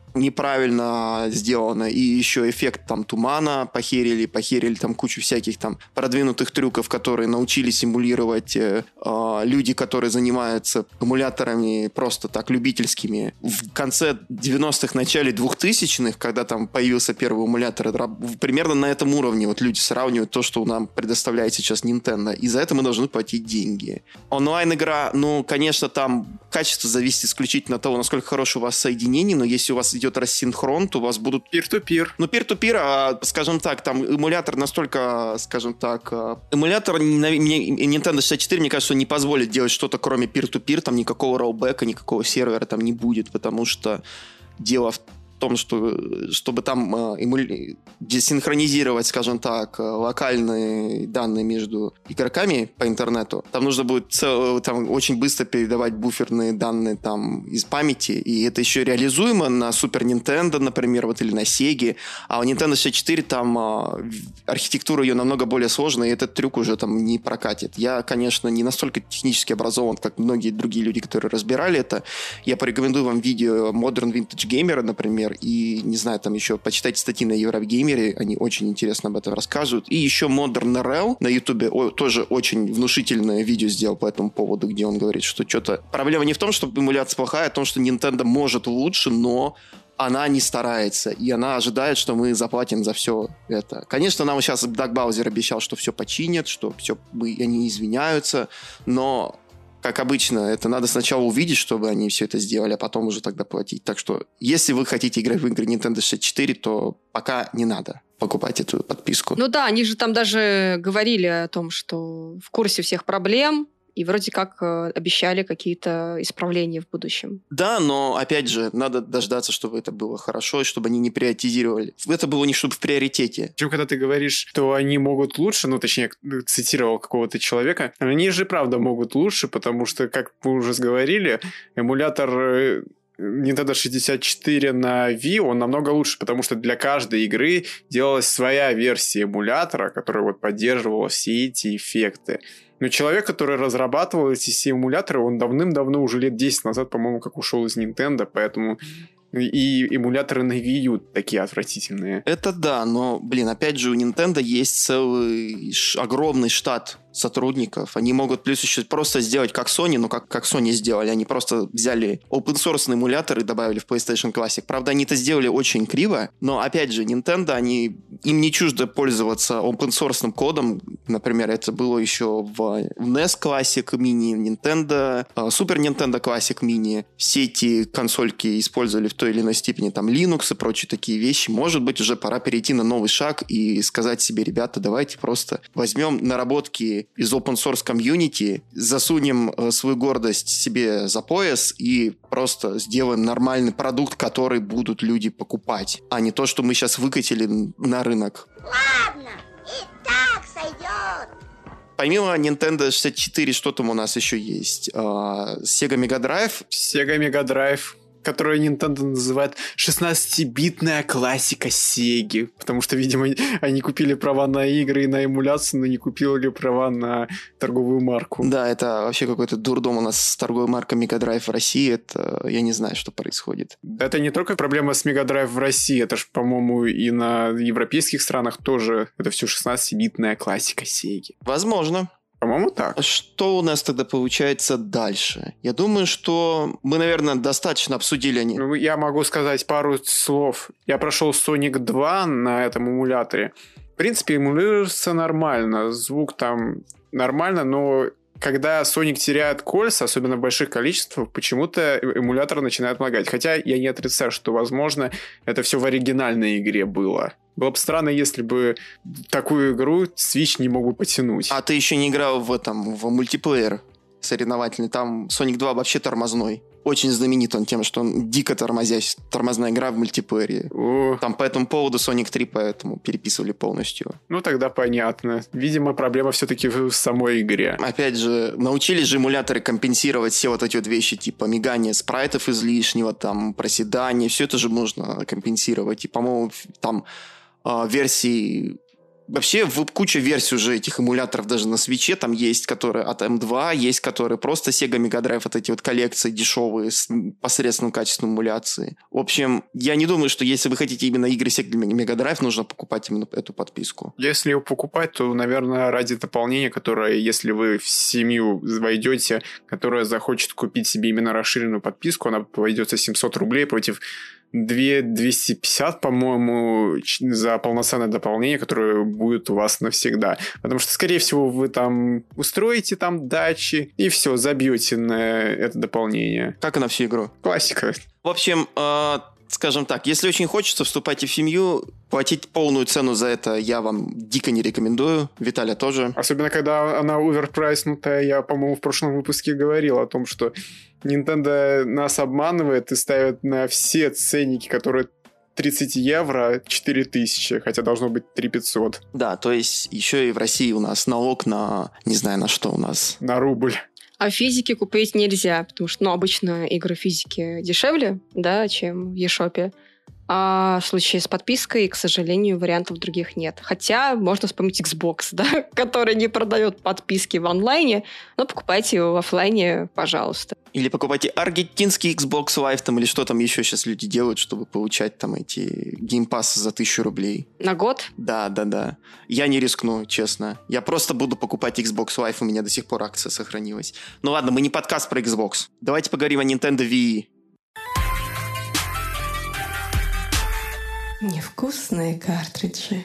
неправильно сделано, и еще эффект там тумана похерили там кучу всяких там продвинутых трюков, которые научили симулировать люди, которые занимаются эмуляторами просто так любительскими. В конце 90-х, начале 2000-х, когда там появился первый эмулятор, примерно на этом уровне вот люди сравнивают то, что нам предоставляет сейчас Nintendo, и за это мы должны платить деньги. Онлайн-игра, ну, конечно, там качество зависит исключительно от того, насколько хорошее у вас соединение, но если у вас идет рассинхрон, то у вас будут... Peer-to-peer. Ну, peer-to-peer, скажем так, там эмулятор настолько, скажем так... Эмулятор Nintendo 64, мне кажется, не позволит делать что-то кроме peer-to-peer, там никакого роллбека, никакого сервера там не будет, потому что дело в том, что чтобы там десинхронизировать, скажем так, локальные данные между игроками по интернету, там нужно будет там очень быстро передавать буферные данные там из памяти, и это еще реализуемо на Super Nintendo, например, вот, или на Sega, а у Nintendo 64 там архитектура ее намного более сложная, и этот трюк уже там не прокатит. Я, конечно, не настолько технически образован, как многие другие люди, которые разбирали это. Я порекомендую вам видео Modern Vintage Gamer, например, и, не знаю, там еще почитайте статьи на Еврогеймере, они очень интересно об этом рассказывают. И еще Modern RL на Ютубе тоже очень внушительное видео сделал по этому поводу, где он говорит, что что-то... Проблема не в том, что эмуляция плохая, а в том, что Nintendo может лучше, но она не старается, и она ожидает, что мы заплатим за все это. Конечно, нам сейчас Даг Баузер обещал, что все починят, что они извиняются, но... Как обычно, это надо сначала увидеть, чтобы они все это сделали, а потом уже тогда платить. Так что, если вы хотите играть в игры Nintendo 64, то пока не надо покупать эту подписку. Ну да, они же там даже говорили о том, что в курсе всех проблем, и вроде как обещали какие-то исправления в будущем. Да, но, опять же, надо дождаться, чтобы это было хорошо, и чтобы они не приоритизировали. Это было не чтобы в приоритете. Причем, когда ты говоришь, что они могут лучше, ну, точнее, цитировал какого-то человека, они же правда могут лучше, потому что, как мы уже говорили, эмулятор Nintendo 64 на Wii, он намного лучше, потому что для каждой игры делалась своя версия эмулятора, которая вот поддерживала все эти эффекты. Но человек, который разрабатывал эти все эмуляторы, он давным-давно, уже лет 10 назад, по-моему, как ушел из Nintendo, поэтому и эмуляторы на Wii U такие отвратительные. Это да, но, опять же, у Nintendo есть целый огромный штат сотрудников. Они могут плюс еще просто сделать как Sony, но как Sony сделали. Они просто взяли open-source эмулятор и добавили в PlayStation Classic. Правда, они это сделали очень криво, но, опять же, Nintendo, им не чуждо пользоваться open-source кодом. Например, это было еще в NES Classic Mini, Nintendo, Super Nintendo Classic Mini. Все эти консольки использовали в той или иной степени там Linux и прочие такие вещи. Может быть, уже пора перейти на новый шаг и сказать себе, ребята, давайте просто возьмем наработки из open-source комьюнити, засунем свою гордость себе за пояс и просто сделаем нормальный продукт, который будут люди покупать, а не то, что мы сейчас выкатили на рынок. Ладно, и так сойдет. Помимо Nintendo 64, что там у нас еще есть? Sega Mega Drive. Sega Mega Drive, которую Nintendo называет 16-битная классика Сеги, потому что, видимо, они купили права на игры и на эмуляцию, но не купили права на торговую марку. Да, это вообще какой-то дурдом у нас с торговой маркой Mega Drive в России. Это я не знаю, что происходит. Это не только проблема с Mega Drive в России, это же, по-моему, и на европейских странах тоже это все 16-битная классика Сеги. Возможно. По-моему, так. Что у нас тогда получается дальше? Я думаю, что мы, наверное, достаточно обсудили они. Я могу сказать пару слов. Я прошел Sonic 2 на этом эмуляторе. В принципе, эмулируется нормально. Звук там нормально, но когда Sonic теряет кольца, особенно в больших количествах, почему-то эмулятор начинает лагать. Хотя я не отрицаю, что, возможно, это все в оригинальной игре было. Было бы странно, если бы такую игру Switch не мог бы потянуть. А ты еще не играл в мультиплеер соревновательный? Там Sonic 2 вообще тормозной. Очень знаменит он тем, что он дико тормозная игра в мультиплеере. Там по этому поводу Sonic 3 поэтому переписывали полностью. Ну, тогда понятно. Видимо, проблема все-таки в самой игре. Опять же, научились же эмуляторы компенсировать все вот эти вот вещи, типа мигания спрайтов излишнего, там, проседания. Все это же можно компенсировать. И, по-моему, там версии Вообще, куча версий уже этих эмуляторов даже на свитче. Там есть, которые от M2, есть, которые просто Sega Mega Drive, вот эти вот коллекции дешевые с посредственным качеством эмуляции. В общем, я не думаю, что если вы хотите именно игры Sega Mega Drive, нужно покупать именно эту подписку. Если его покупать, то, наверное, ради дополнения, которое, если вы в семью войдете, которая захочет купить себе именно расширенную подписку, она обойдется 700 рублей против 250, по-моему, за полноценное дополнение, которое будет у вас навсегда. Потому что, скорее всего, вы там устроите там дачи и все, забьете на это дополнение. Как и на всю игру. Классика. В общем, скажем так, если очень хочется, вступайте в семью, платить полную цену за это я вам дико не рекомендую. Виталя тоже. Особенно, когда она оверпрайснутая. Я, по-моему, в прошлом выпуске говорил о том, что Nintendo нас обманывает и ставит на все ценники, которые 30 евро, 4000, хотя должно быть 3500. Да, то есть еще и в России у нас налог на, не знаю, на что у нас. На рубль. А физики купить нельзя, потому что, обычно игры физики дешевле, да, чем в eShop. А в случае с подпиской, к сожалению, вариантов других нет. Хотя можно вспомнить Xbox, да, который не продает подписки в онлайне, но покупайте его в офлайне, пожалуйста. Или покупайте аргентинский Xbox Live там, или что там еще сейчас люди делают, чтобы получать там эти геймпассы за 1000 рублей. На год? Да. Я не рискну, честно. Я просто буду покупать Xbox Live, у меня до сих пор акция сохранилась. Ну ладно, мы не подкаст про Xbox. Давайте поговорим о Nintendo Wii. Невкусные картриджи.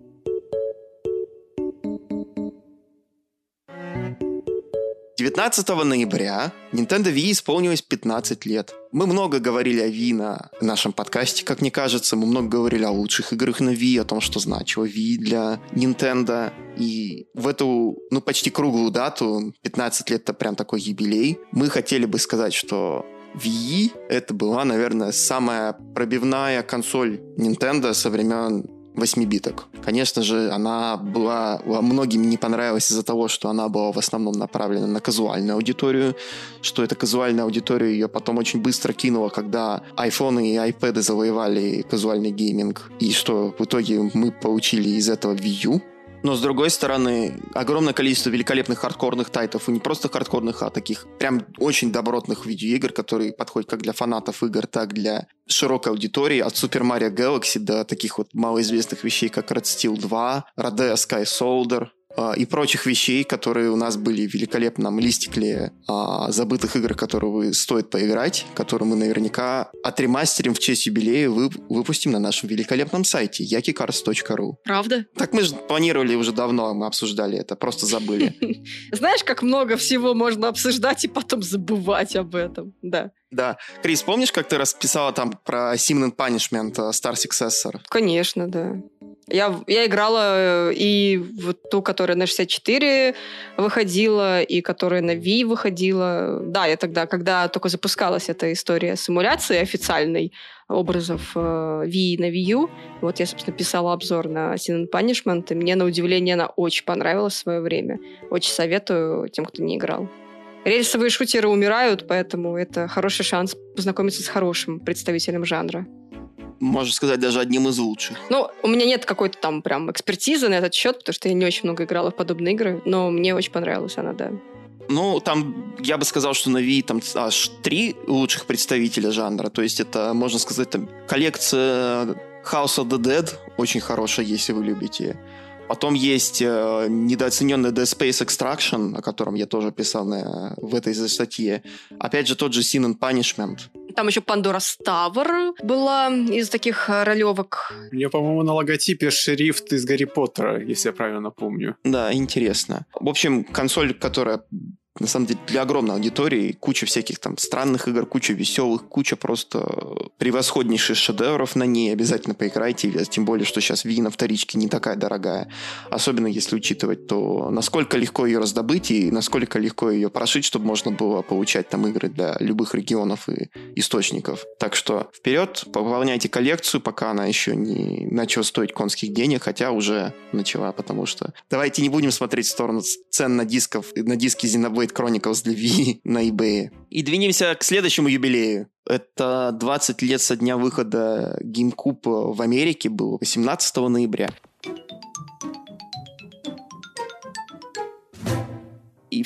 — 19 ноября Nintendo Wii исполнилось 15 лет. Мы много говорили о Wii на нашем подкасте, как мне кажется. Мы много говорили о лучших играх на Wii, о том, что значило Wii для Nintendo. И в эту, почти круглую дату, 15 лет — это прям такой юбилей, мы хотели бы сказать, что Wii — это была, наверное, самая пробивная консоль Nintendo со времен 8-биток. Конечно же, она была... Многим не понравилась из-за того, что она была в основном направлена на казуальную аудиторию, что эта казуальная аудитория ее потом очень быстро кинула, когда iPhone и iPad завоевали казуальный гейминг, и что в итоге мы получили из этого Wii U. Но, с другой стороны, огромное количество великолепных хардкорных тайтов, и не просто хардкорных, а таких прям очень добротных видеоигр, которые подходят как для фанатов игр, так для широкой аудитории, от Super Mario Galaxy до таких вот малоизвестных вещей, как Red Steel 2, Rodeo Sky Soldier и прочих вещей, которые у нас были в великолепном листике забытых игр, которые стоит поиграть, которые мы наверняка отремастерим в честь юбилея, выпустим на нашем великолепном сайте yakicars.ru. Правда? Так мы же планировали уже давно, мы обсуждали это, просто забыли. Знаешь, как много всего можно обсуждать и потом забывать об этом, да. Да. Крис, помнишь, как ты расписала там про Sim and Punishment Star Successor? Конечно, да. Я играла и в ту, которая на 64 выходила, и которая на Wii выходила. Да, я тогда, когда только запускалась эта история с эмуляцией официальной образов Wii на Wii U, вот я, собственно, писала обзор на Sin and Punishment, и мне, на удивление, она очень понравилась в свое время. Очень советую тем, кто не играл. Рельсовые шутеры умирают, поэтому это хороший шанс познакомиться с хорошим представителем жанра. Можно сказать, даже одним из лучших. Ну, у меня нет какой-то там прям экспертизы на этот счет, потому что я не очень много играла в подобные игры, но мне очень понравилась она, да. Ну, там, я бы сказал, что на Wii там аж 3 лучших представителя жанра. То есть это, можно сказать, там коллекция House of the Dead, очень хорошая, если вы любите. Потом есть недооцененный Dead Space Extraction, о котором я тоже писал в этой статье. Опять же, тот же Sin and Punishment. Там еще Pandora's Tower была из таких ролевок. У нее, по-моему, на логотипе шрифт из Гарри Поттера, если я правильно помню. Да, интересно. В общем, консоль, которая на самом деле для огромной аудитории, куча всяких там странных игр, куча веселых, куча просто превосходнейших шедевров на ней. Обязательно поиграйте, тем более, что сейчас Wii на вторичке не такая дорогая. Особенно если учитывать то, насколько легко ее раздобыть и насколько легко ее прошить, чтобы можно было получать там игры для любых регионов и источников. Так что вперед, пополняйте коллекцию, пока она еще не начала стоить конских денег, хотя уже начала, потому что давайте не будем смотреть в сторону цен на диски Xenoblade Chronicles для Wii на eBay. И двинемся к следующему юбилею. Это 20 лет со дня выхода GameCube в Америке, было 18 ноября.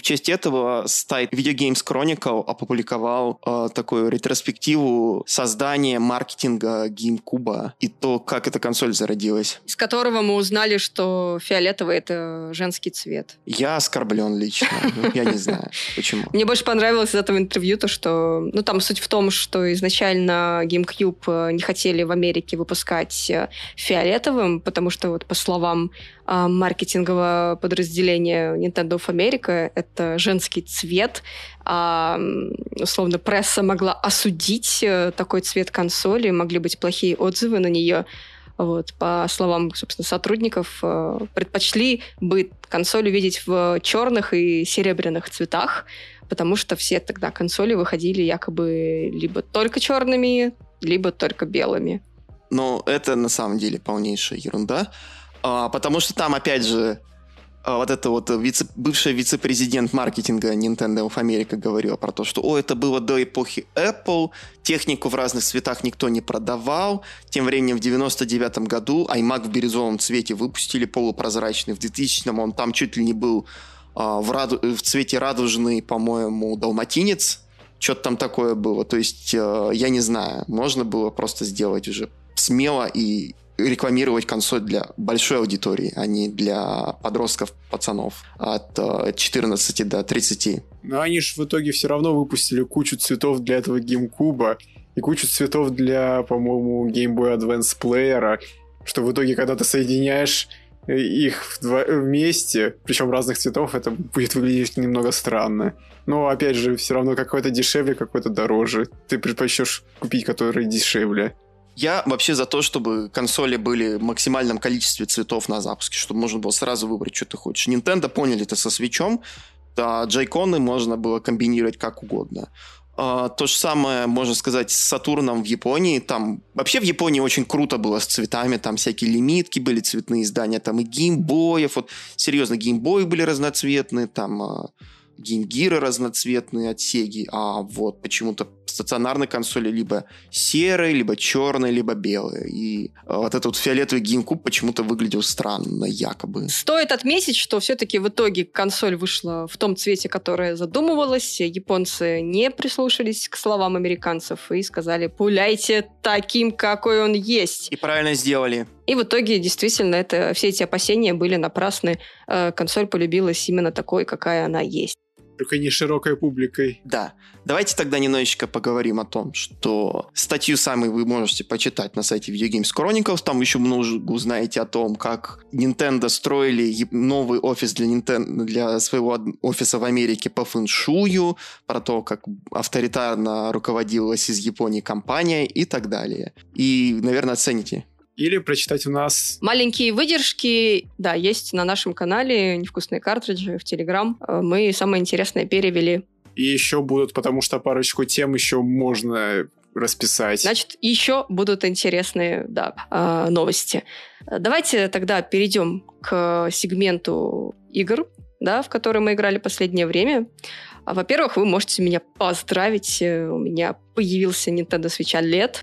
в честь этого сайт Video Games Chronicle опубликовал такую ретроспективу создания маркетинга GameCube и то, как эта консоль зародилась. Из которого мы узнали, что фиолетовый — это женский цвет. Я оскорблен лично. Я не знаю, почему. Мне больше понравилось из этого интервью то, что... там суть в том, что изначально GameCube не хотели в Америке выпускать фиолетовым, потому что, по словам маркетингового подразделения Nintendo of America, это женский цвет. Условно, пресса могла осудить такой цвет консоли, могли быть плохие отзывы на нее. По словам, собственно, сотрудников, предпочли бы консоль увидеть в черных и серебряных цветах, потому что все тогда консоли выходили якобы либо только черными, либо только белыми. Но это на самом деле полнейшая ерунда, потому что там, опять же, бывший вице-президент маркетинга Nintendo of America говорил про то, что это было до эпохи Apple, технику в разных цветах никто не продавал. Тем временем в 99 году iMac в бирюзовом цвете выпустили, полупрозрачный. В 2000-м он там чуть ли не был в цвете радужный, по-моему, далматинец. Что-то там такое было. То есть, я не знаю, можно было просто сделать уже смело и рекламировать консоль для большой аудитории, а не для подростков, пацанов от 14 до 30. Но они же в итоге все равно выпустили кучу цветов для этого GameCube и кучу цветов для, по-моему, Game Boy Advance плеера, что в итоге, когда ты соединяешь их вместе, причем разных цветов, это будет выглядеть немного странно. Но, опять же, все равно какой-то дешевле, какой-то дороже. Ты предпочтешь купить который дешевле. Я вообще за то, чтобы консоли были в максимальном количестве цветов на запуске, чтобы можно было сразу выбрать, что ты хочешь. Nintendo поняли это со свитчом, а джойконы можно было комбинировать как угодно. То же самое, можно сказать, с Сатурном в Японии. Там вообще в Японии очень круто было с цветами. Там всякие лимитки были, цветные издания. Там и геймбоев. Серьезно, геймбои были разноцветные. Там геймгиры разноцветные от Сеги. А почему-то стационарные консоли либо серые, либо черные, либо белые. И этот фиолетовый GameCube почему-то выглядел странно, якобы. Стоит отметить, что все-таки в итоге консоль вышла в том цвете, которое задумывалось. Японцы не прислушались к словам американцев и сказали: пуляйте таким, какой он есть. И правильно сделали. И в итоге, действительно, все эти опасения были напрасны. Консоль полюбилась именно такой, какая она есть. Только не широкой публикой. Да. Давайте тогда немножечко поговорим о том, что статью самой вы можете почитать на сайте Video Games Chronicles. Там еще много узнаете о том, как Nintendo строили новый офис для своего офиса в Америке по фэншую, про то, как авторитарно руководилась из Японии компания и так далее. И, наверное, оцените. Или прочитать у нас... Маленькие выдержки, да, есть на нашем канале «Невкусные картриджи» в Telegram. Мы самое интересное перевели. И еще будут, потому что парочку тем еще можно расписать. Значит, еще будут интересные, новости. Давайте тогда перейдем к сегменту игр, в которые мы играли последнее время. Во-первых, вы можете меня поздравить. У меня появился Nintendo Switch OLED.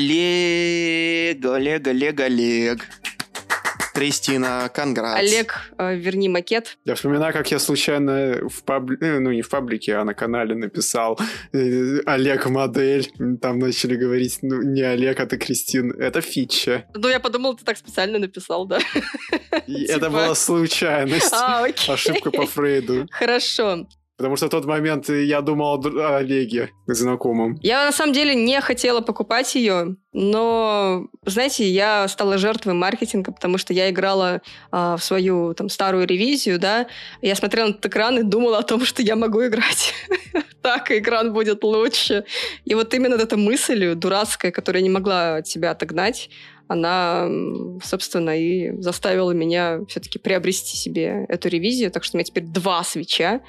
Олег. Кристина, конгратс. Олег, верни макет. Я вспоминаю, как я случайно не в паблике, а на канале написал Олег модель. Там начали говорить, не Олег, а ты Кристина. Это фича. Я подумал, ты так специально написал, да? Это была случайность. Ошибка по Фрейду. Хорошо. Потому что в тот момент я думал о Олеге, знакомом. Я, на самом деле, не хотела покупать ее, но, знаете, я стала жертвой маркетинга, потому что я играла в свою старую ревизию, я смотрела на этот экран и думала о том, что я могу играть. Так, экран будет лучше. И именно эта мысль дурацкая, которую я не могла от себя отогнать, она, собственно, и заставила меня все-таки приобрести себе эту ревизию. Так что у меня теперь 2 свитча.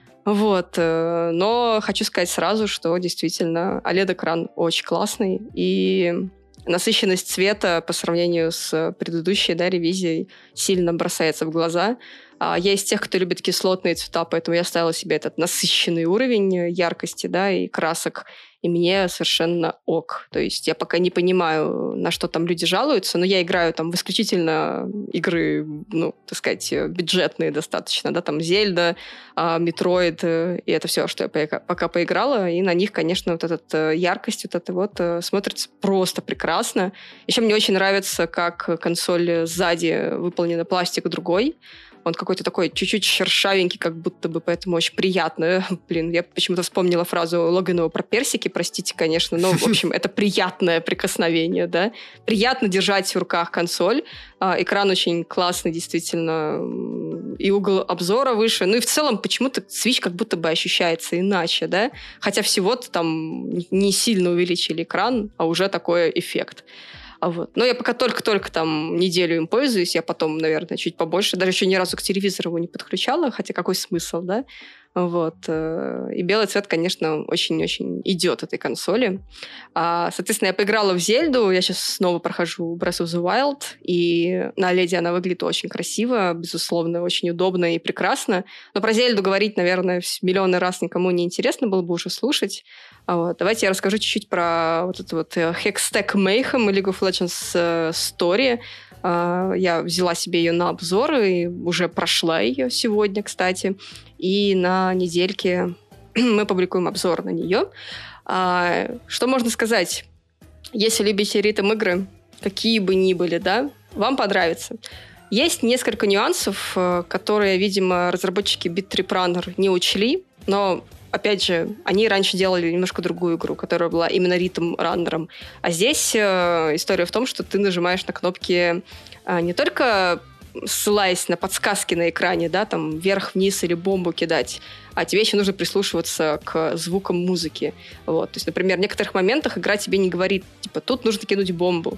Но хочу сказать сразу, что действительно OLED-экран очень классный, и насыщенность цвета по сравнению с предыдущей ревизией сильно бросается в глаза. Я из тех, кто любит кислотные цвета, поэтому я ставила себе этот насыщенный уровень яркости и красок. и мне совершенно ок. То есть я пока не понимаю, на что там люди жалуются, но я играю там в исключительно игры, ну, так сказать, бюджетные достаточно, да, там Зельда, Метроид, и это все, что я пока поиграла, и на них, конечно, вот эта яркость, вот это вот смотрится просто прекрасно. Еще мне очень нравится, как консоль сзади выполнена пластик другой. Он какой-то такой чуть-чуть шершавенький, как будто бы, поэтому очень приятно. Блин, я почему-то вспомнила фразу Логинова про персики, простите, конечно, но, в общем, это приятное прикосновение, да. Приятно держать в руках консоль. Экран очень классный, действительно, и угол обзора выше. Ну и в целом почему-то Switch как будто бы ощущается иначе, да. Хотя всего-то там не сильно увеличили экран, а уже такой эффект. Вот. Но я пока только-только там неделю им пользуюсь, я потом, наверное, чуть побольше, даже еще ни разу к телевизору его не подключала, хотя какой смысл, да? Вот. И белый цвет, конечно, очень-очень идет этой консоли. Соответственно, я поиграла в Зельду, я сейчас снова прохожу Breath of the Wild, и на OLED она выглядит очень красиво, безусловно, очень удобно и прекрасно. Но про Зельду говорить, наверное, миллионы раз никому не интересно было бы уже слушать. Вот. Давайте я расскажу чуть-чуть про вот этот вот Hextech Mayhem и League of Legends Story. Я взяла себе ее на обзор и уже прошла ее сегодня, кстати. И на недельке мы публикуем обзор на нее. Что можно сказать? Если любите ритм-игры, какие бы ни были, да, вам понравится. Есть несколько нюансов, которые, видимо, разработчики Beat Trip Runner не учли, но опять же, они раньше делали немножко другую игру, которая была именно ритм-раннером. А здесь история в том, что ты нажимаешь на кнопки не только ссылаясь на подсказки на экране, да, там вверх-вниз или бомбу кидать, а тебе еще нужно прислушиваться к звукам музыки. Вот. То есть, например, в некоторых моментах игра тебе не говорит, типа, тут нужно кинуть бомбу.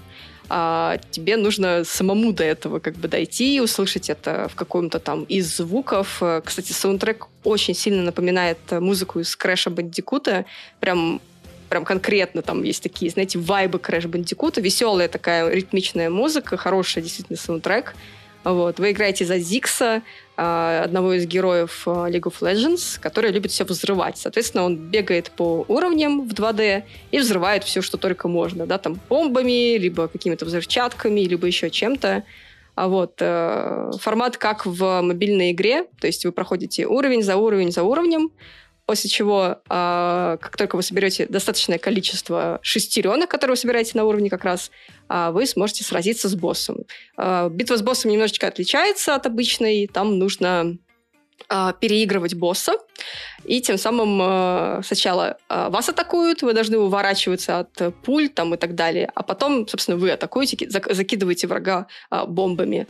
А тебе нужно самому до этого как бы дойти и услышать это в каком-то там из звуков. Кстати, саундтрек очень сильно напоминает музыку из Crash Bandicoot. Прям конкретно там есть такие, знаете, вайбы Crash Bandicoot. Веселая такая ритмичная музыка, хороший действительно саундтрек. Вот. Вы играете за Зикса, одного из героев League of Legends, который любит все взрывать. Соответственно, он бегает по уровням в 2D и взрывает все, что только можно. Да, там бомбами, либо какими-то взрывчатками, либо еще чем-то. Вот. Формат как в мобильной игре. То есть вы проходите уровень за уровнем, после чего, как только вы соберете достаточное количество шестеренок, которые вы собираете на уровне как раз, вы сможете сразиться с боссом. Битва с боссом немножечко отличается от обычной. Там нужно переигрывать босса, и тем самым сначала вас атакуют, вы должны уворачиваться от пуль там, и так далее, а потом, собственно, вы атакуете, закидываете врага бомбами.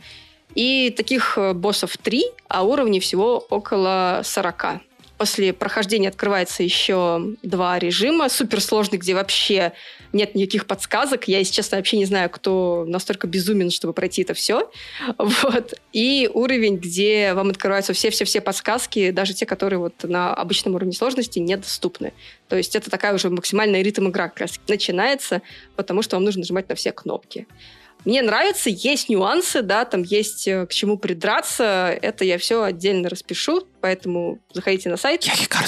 И таких боссов 3, а уровней всего около 40. После прохождения открывается еще 2 режима суперсложных, где вообще нет никаких подсказок. Я, если честно, вообще не знаю, кто настолько безумен, чтобы пройти это все. Вот. И уровень, где вам открываются все подсказки, даже те, которые вот на обычном уровне сложности недоступны. То есть это такая уже максимальная ритм-игра как раз начинается, потому что вам нужно нажимать на все кнопки. Мне нравится, есть нюансы, да, там есть к чему придраться. Это я все отдельно распишу, поэтому заходите на сайт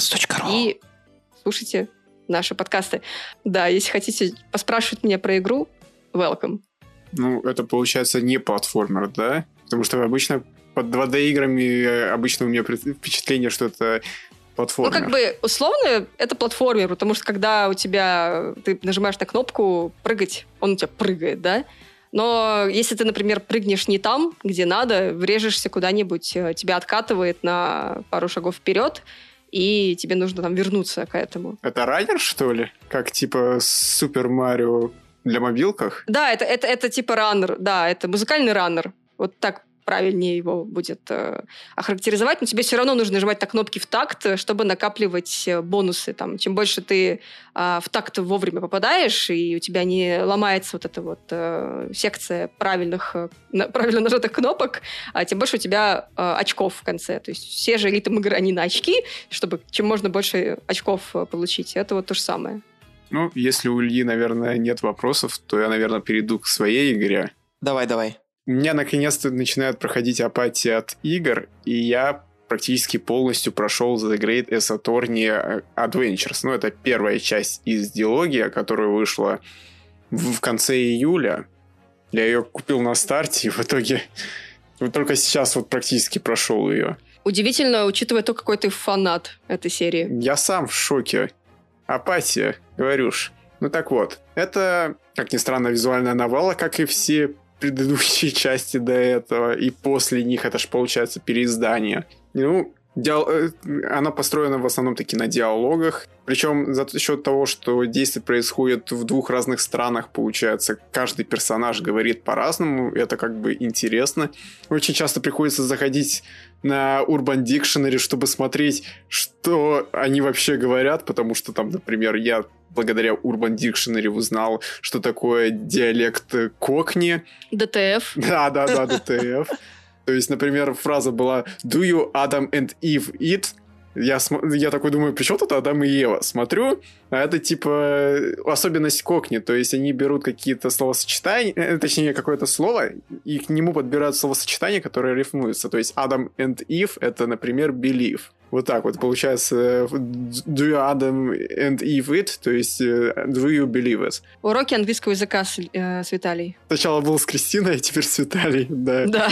и слушайте наши подкасты. Да, если хотите поспрашивать меня про игру, welcome. Ну, это получается не платформер, да? Потому что обычно под 2D-играми обычно у меня впечатление, что это платформер. Ну, как бы, условно, это платформер, потому что когда ты нажимаешь на кнопку «прыгать», он у тебя прыгает, да? Но если ты, например, прыгнешь не там, где надо, врежешься куда-нибудь, тебя откатывает на пару шагов вперед, и тебе нужно там вернуться к этому. Это раннер, что ли? Как типа Супер Марио для мобилках? Да, это типа раннер, да, это музыкальный раннер. Вот так правильнее его будет охарактеризовать, но тебе все равно нужно нажимать на кнопки в такт, чтобы накапливать бонусы. Там, чем больше ты в такт вовремя попадаешь, и у тебя не ломается вот эта вот секция правильно нажатых кнопок, тем больше у тебя очков в конце. То есть все же ритм-игры, они на очки, чтобы чем можно больше очков получить. Это вот то же самое. Ну, если у Ильи, наверное, нет вопросов, то я, наверное, перейду к своей игре. Давай. У меня наконец-то начинает проходить апатия от игр, и я практически полностью прошел The Great Ace Attorney Adventures. Ну, это первая часть из дилогии, которая вышла в конце июля. Я ее купил на старте, и в итоге только сейчас вот практически прошел ее. Удивительно, учитывая то, какой ты фанат этой серии. Я сам в шоке. Апатия, говорюш. Ну так вот, это, как ни странно, визуальная новелла, как и все предыдущие части до этого, и после них это же получается переиздание. Ну, она построена в основном таки на диалогах, причем за счет того, что действие происходит в двух разных странах, получается, каждый персонаж говорит по-разному, это как бы интересно. Очень часто приходится заходить на Urban Dictionary, чтобы смотреть, что они вообще говорят, потому что там, например, я благодаря Urban Dictionary узнал, что такое диалект кокни. ДТФ. Да, ДТФ. То есть, например, фраза была «Do you Adam and Eve eat?» Я такой думаю, при чем тут Адам и Ева? Смотрю, а это типа особенность кокни. То есть они берут какие-то словосочетания, точнее, какое-то слово, и к нему подбирают словосочетания, которые рифмуются. То есть Adam and Eve — это, например, believe. Вот так вот. Получается, do you Adam and Eve it? То есть do you believe it? Уроки английского языка с Виталией. Сначала был с Кристиной, а теперь с Виталией. Да.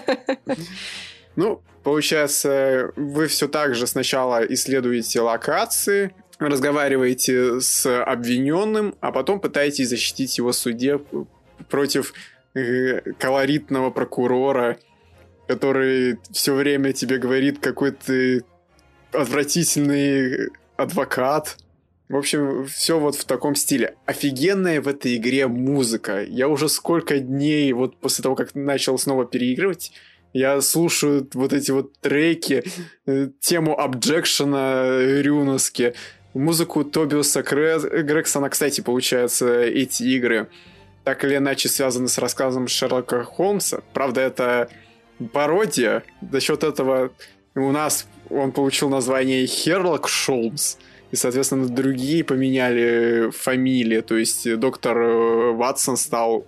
Ну, получается, вы все так же сначала исследуете локации, разговариваете с обвиненным, а потом пытаетесь защитить его в суде против колоритного прокурора, который все время тебе говорит, какой ты отвратительный адвокат. В общем, все вот в таком стиле. Офигенная в этой игре музыка. Я уже сколько дней, вот после того, как начал снова переигрывать, я слушаю вот эти вот треки, тему Обджекшена Рюновски, музыку Тобиаса Грексона. Кстати, получается, эти игры так или иначе связаны с рассказом Шерлока Холмса. Правда, это пародия. За счет этого у нас он получил название Херлок Холмс. И, соответственно, другие поменяли фамилии. То есть доктор Ватсон стал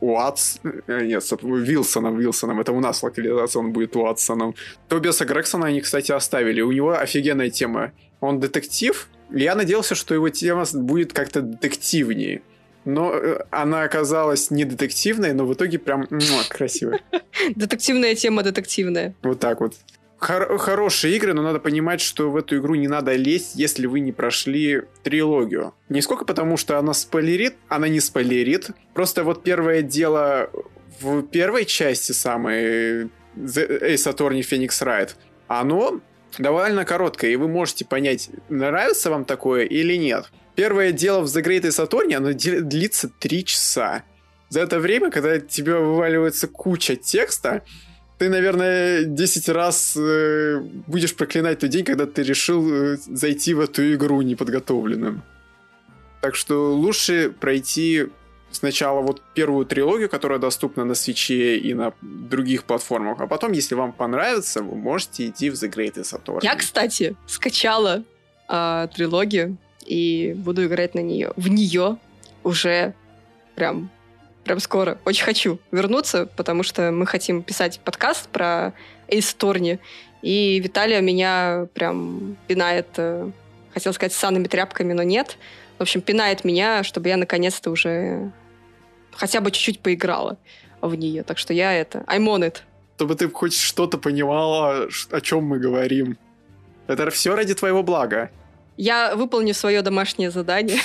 Вилсоном. Это у нас локализация, он будет Уатсоном. Тобиаса Грексона они, кстати, оставили. У него офигенная тема. Он детектив. Я надеялся, что его тема будет как-то детективнее. Но она оказалась не детективной, но в итоге прям красивая. Детективная тема детективная. Вот так вот. Хорошие игры, но надо понимать, что в эту игру не надо лезть, если вы не прошли трилогию. Не сколько потому, что она не спойлерит. Просто вот первое дело в первой части самой Ace Attorney Phoenix Wright, оно довольно короткое, и вы можете понять, нравится вам такое или нет. Первое дело в The Great Ace Attorney, оно длится 3 часа. За это время, когда тебе вываливается куча текста, ты, наверное, 10 раз будешь проклинать тот день, когда ты решил зайти в эту игру неподготовленным. Так что лучше пройти сначала вот первую трилогию, которая доступна на Switch и на других платформах, а потом, если вам понравится, вы можете идти в The Great Ace Attorney. Я, кстати, скачала трилогию и буду играть в нее уже прям скоро. Очень хочу вернуться, потому что мы хотим писать подкаст про Ace Attorney, и Виталия меня прям пинает, хотел сказать, ссаными тряпками, но нет. В общем, пинает меня, чтобы я наконец-то уже хотя бы чуть-чуть поиграла в нее. Так что я I'm on it. Чтобы ты хоть что-то понимала, о чем мы говорим. Это все ради твоего блага. Я выполню свое домашнее задание.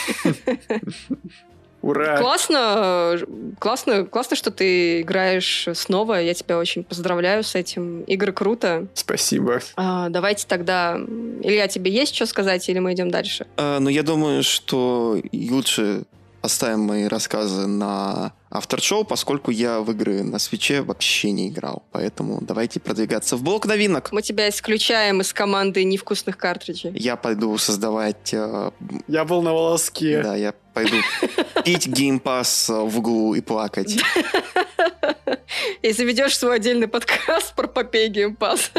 Ура! Классно, что ты играешь снова. Я тебя очень поздравляю с этим. Игры круто. Спасибо. Давайте тогда... Илья, тебе есть что сказать, или мы идем дальше? Ну, я думаю, что лучше оставим мои рассказы на автор-шоу, поскольку я в игры на Свитче вообще не играл. Поэтому давайте продвигаться в блок новинок. Мы тебя исключаем из команды невкусных картриджей. Я пойду создавать... Я был на волоске. Да, я пойду пить геймпас в углу и плакать. И заведешь свой отдельный подкаст про попей геймпас.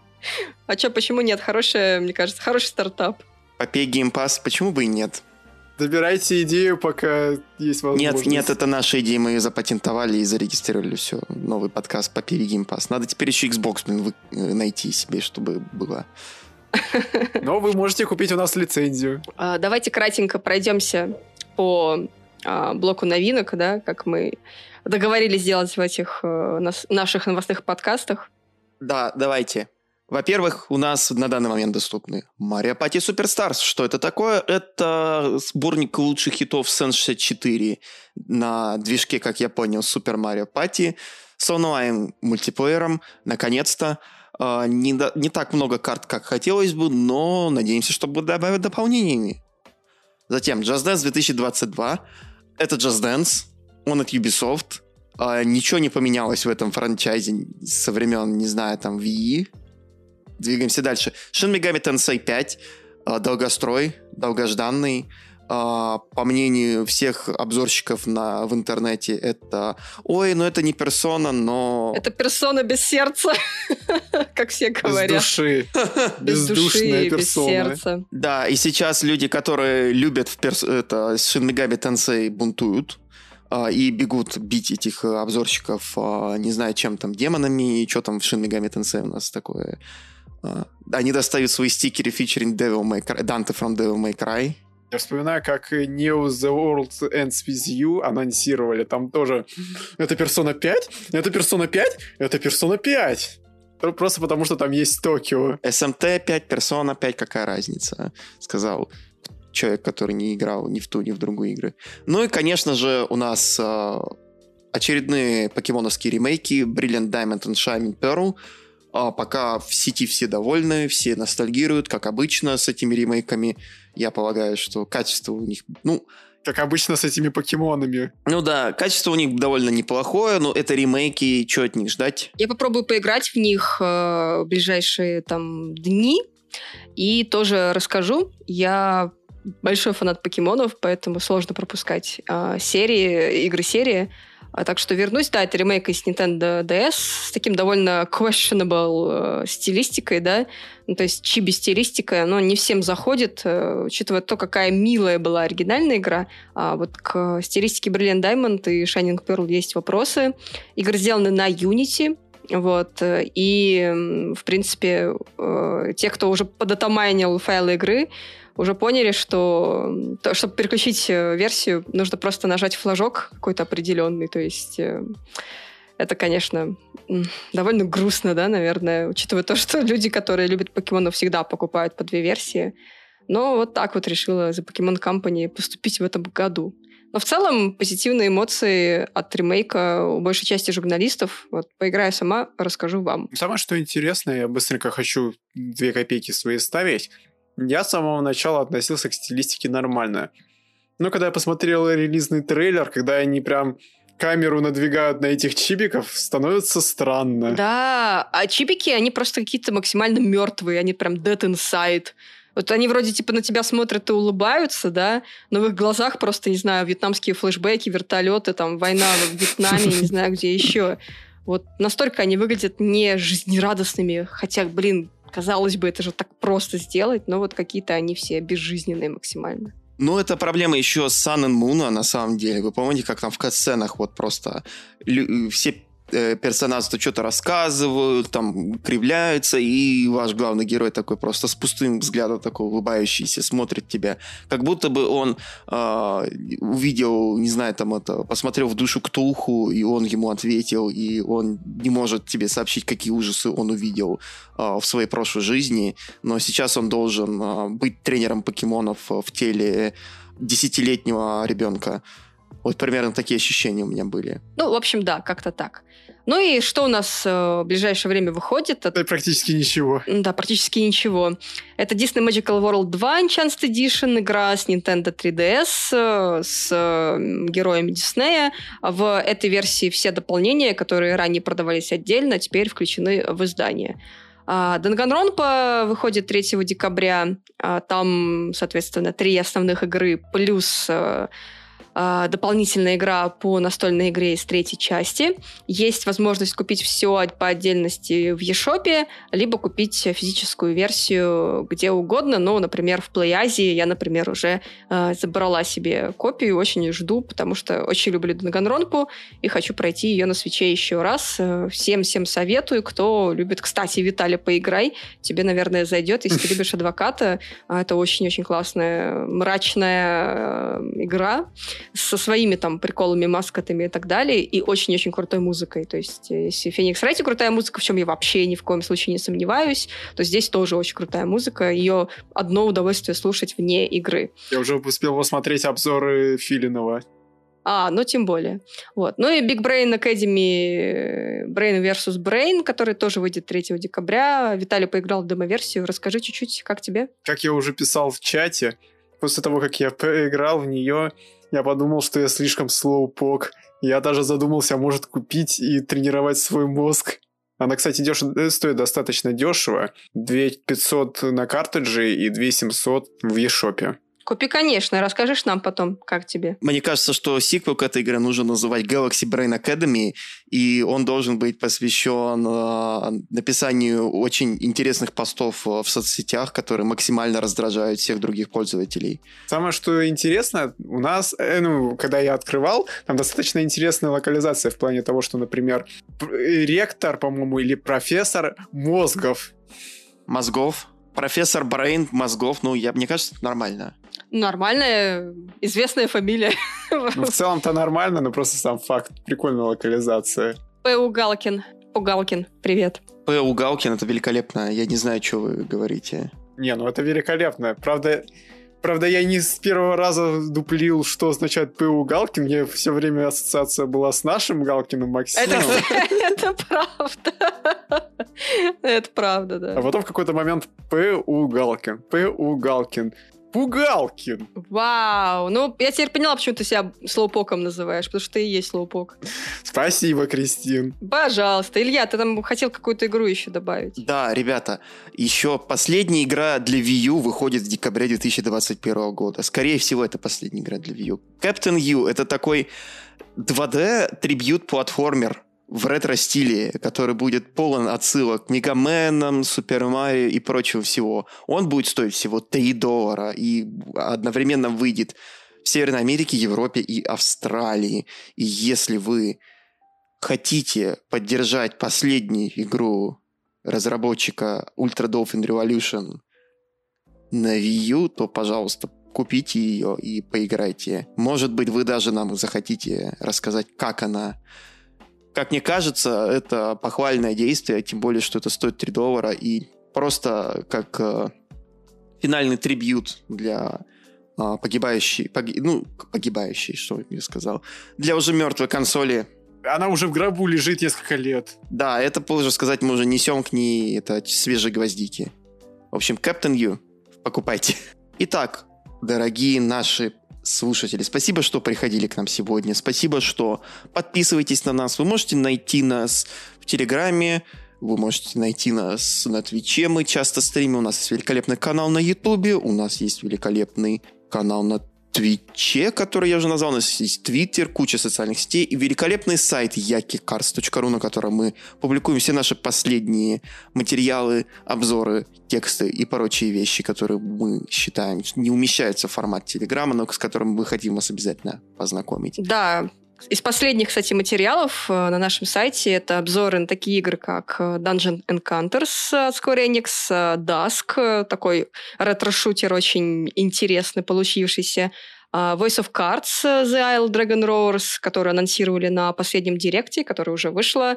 А что, почему нет? Мне кажется, хороший стартап. Попей геймпас, почему бы и нет? Забирайте идею, пока есть возможность. Нет, это наша идея, мы ее запатентовали и зарегистрировали, все. Новый подкаст по Papiri Game Pass. Надо теперь еще Xbox, найти себе, чтобы было. Но вы можете купить у нас лицензию. Давайте кратенько пройдемся по блоку новинок, да, как мы договорились сделать в этих наших новостных подкастах. Да, давайте. Во-первых, у нас на данный момент доступны Mario Party Superstars. Что это такое? Это сборник лучших хитов с N64 на движке, как я понял, Super Mario Party с онлайн-мультиплеером. Наконец-то. Не так много карт, как хотелось бы, но надеемся, что будут добавить дополнениями. Затем Just Dance 2022. Это Just Dance. Он от Ubisoft. Ничего не поменялось в этом франчайзе со времен, не знаю, там, Wii. Двигаемся дальше. Shin Megami Tensei 5. Долгострой, долгожданный. По мнению всех обзорщиков в интернете, это... Ой, ну это не персона, но... Это персона без сердца, как все говорят. Без души. Бездушная персона. Без сердца. Да, и сейчас люди, которые любят Shin Megami Tensei, бунтуют и бегут бить этих обзорщиков, не знаю, чем там, демонами, и что там в Shin Megami Tensei у нас такое. Они достают свои стикеры featuring Dante from Devil May Cry. Я вспоминаю, как Neo The World Ends With You анонсировали. Там тоже это Persona 5? Это Persona 5? Это Persona 5! Просто потому, что там есть Токио. SMT 5, Persona 5, какая разница? Сказал человек, который не играл ни в ту, ни в другую игры. Ну и, конечно же, у нас очередные покемоновские ремейки Brilliant Diamond and Shining Pearl. Пока в сети все довольны, все ностальгируют, как обычно, с этими ремейками. Я полагаю, что качество у них, как обычно с этими покемонами. Ну да, качество у них довольно неплохое, но это ремейки, что от них ждать? Я попробую поиграть в них в ближайшие там дни и тоже расскажу. Я большой фанат покемонов, поэтому сложно пропускать игры серии. Так что вернусь, да, это ремейк из Nintendo DS с таким довольно questionable стилистикой, да, то есть чиби-стилистика, но не всем заходит, учитывая то, какая милая была оригинальная игра. Вот к стилистике Brilliant Diamond и Shining Pearl есть вопросы. Игры сделаны на Unity, вот, и, в принципе, те, кто уже податамайнил файлы игры, уже поняли, что чтобы переключить версию, нужно просто нажать флажок какой-то определенный. То есть это, конечно, довольно грустно, да, наверное, учитывая то, что люди, которые любят покемонов, всегда покупают по 2 версии. Но вот так вот решила The Pokemon Company поступить в этом году. Но в целом позитивные эмоции от ремейка у большей части журналистов. Вот поиграю сама, расскажу вам. Самое, что интересное, я быстренько хочу 2 копейки свои ставить. Я с самого начала относился к стилистике нормально. Но когда я посмотрел релизный трейлер, когда они прям камеру надвигают на этих чибиков, становится странно. Да, а чибики, они просто какие-то максимально мертвые, они прям dead inside. Вот они вроде типа на тебя смотрят и улыбаются, да, но в их глазах просто, не знаю, вьетнамские флешбеки, вертолеты, там, война в Вьетнаме, не знаю, где еще. Вот настолько они выглядят не жизнерадостными, хотя, казалось бы, это же так просто сделать, но вот какие-то они все безжизненные максимально. Ну, это проблема еще с Sun and Moon, на самом деле. Вы помните, как там в катсценах вот просто все персонажи что-то рассказывают, там кривляются, и ваш главный герой такой просто с пустым взглядом, такой улыбающийся, смотрит тебя. Как будто бы он увидел, не знаю, там посмотрел в душу Ктулху, и он ему ответил, и он не может тебе сообщить, какие ужасы он увидел в своей прошлой жизни, но сейчас он должен быть тренером покемонов в теле 10-летнего ребенка. Вот примерно такие ощущения у меня были. Ну, в общем, да, как-то так. Ну и что у нас в ближайшее время выходит? Это практически ничего. Да, практически ничего. Это Disney Magical World 2 Enhanced Edition, игра с Nintendo 3DS, с героями Диснея. В этой версии все дополнения, которые ранее продавались отдельно, теперь включены в издание. Данганронпа выходит 3 декабря. Там, соответственно, 3 основных игры плюс дополнительная игра по настольной игре из 3-й части. Есть возможность купить все по отдельности в eShop, либо купить физическую версию где угодно. Ну, например, в PlayAsia я, например, уже забрала себе копию, очень жду, потому что очень люблю Данганронпу и хочу пройти ее на свитче еще раз. Всем советую, кто любит. Кстати, Виталий, поиграй. Тебе, наверное, зайдет, если ты любишь Адвоката. Это очень-очень классная, мрачная игра со своими там приколами, маскотами и так далее, и очень-очень крутой музыкой. То есть, если в Phoenix Wright крутая музыка, в чем я вообще ни в коем случае не сомневаюсь, то здесь тоже очень крутая музыка. Ее одно удовольствие слушать вне игры. Я уже успел посмотреть обзоры Филинова. Ну тем более. Вот. Ну и Big Brain Academy Brain vs. Brain, который тоже выйдет 3 декабря. Виталий поиграл в демо-версию. Расскажи чуть-чуть, как тебе? Как я уже писал в чате, после того, как я поиграл в нее, я подумал, что я слишком слоупок. Я даже задумался, может купить и тренировать свой мозг. Она, кстати, стоит достаточно дешево. 2500 на картридже и 2700 в eShop. Купи, конечно, расскажешь нам потом, как тебе. Мне кажется, что сиквел к этой игре нужно называть Galaxy Brain Academy, и он должен быть посвящен написанию очень интересных постов в соцсетях, которые максимально раздражают всех других пользователей. Самое, что интересно, у нас, когда я открывал, там достаточно интересная локализация в плане того, что, например, ректор, по-моему, или профессор мозгов. Мозгов? Профессор Брейн мозгов, мне кажется, это нормально. Нормальная, известная фамилия. В целом-то нормально, но просто сам факт. Прикольная локализация. П.У. Галкин. Галкин, привет. П.У. Галкин, это великолепно. Я не знаю, что вы говорите. Это великолепно. Правда, я не с первого раза дуплил, что означает П.У. Галкин. Мне все время ассоциация была с нашим Галкиным Максимом. Это правда. Это правда, да. А потом в какой-то момент П.У. Галкин. П.У. Галкин. Пугалкин. Вау. Я теперь поняла, почему ты себя слоупоком называешь, потому что ты и есть слоупок. Спасибо, Кристин. Пожалуйста. Илья, ты там хотел какую-то игру еще добавить? Да, ребята, еще последняя игра для Wii U выходит в декабре 2021 года. Скорее всего, это последняя игра для Wii U. Captain U — это такой 2D-трибьют-платформер в ретро-стиле, который будет полон отсылок к Мегаменам, Супер Марио и прочего всего. Он будет стоить всего $3 и одновременно выйдет в Северной Америке, Европе и Австралии. И если вы хотите поддержать последнюю игру разработчика Ultra Dolphin Revolution на Wii U, то, пожалуйста, купите ее и поиграйте. Может быть, вы даже нам захотите рассказать, как она. Как мне кажется, это похвальное действие, тем более, что это стоит $3, и просто как финальный трибьют для погибающей, что я сказал, для уже мертвой консоли. Она уже в гробу лежит несколько лет. Да, это, позже сказать, мы уже несем к ней свежие гвоздики. В общем, Captain U, покупайте. Итак, дорогие наши слушатели, спасибо, что приходили к нам сегодня. Спасибо, что подписываетесь на нас. Вы можете найти нас в Телеграме, вы можете найти нас на Твиче. Мы часто стримим. У нас есть великолепный канал на Ютубе, у нас есть великолепный канал на Твиче, который я уже назвал. У нас есть Твиттер, куча социальных сетей и великолепный сайт yakicars.ru, на котором мы публикуем все наши последние материалы, обзоры, тексты и прочие вещи, которые мы считаем не умещаются в формат Телеграма, но с которым мы хотим вас обязательно познакомить. Да, из последних, кстати, материалов на нашем сайте это обзоры на такие игры, как Dungeons & Encounters от Square Enix, Dusk, такой ретро-шутер очень интересный получившийся, Voice of Cards, The Isle Dragon Roars, который анонсировали на последнем директе, который уже вышло.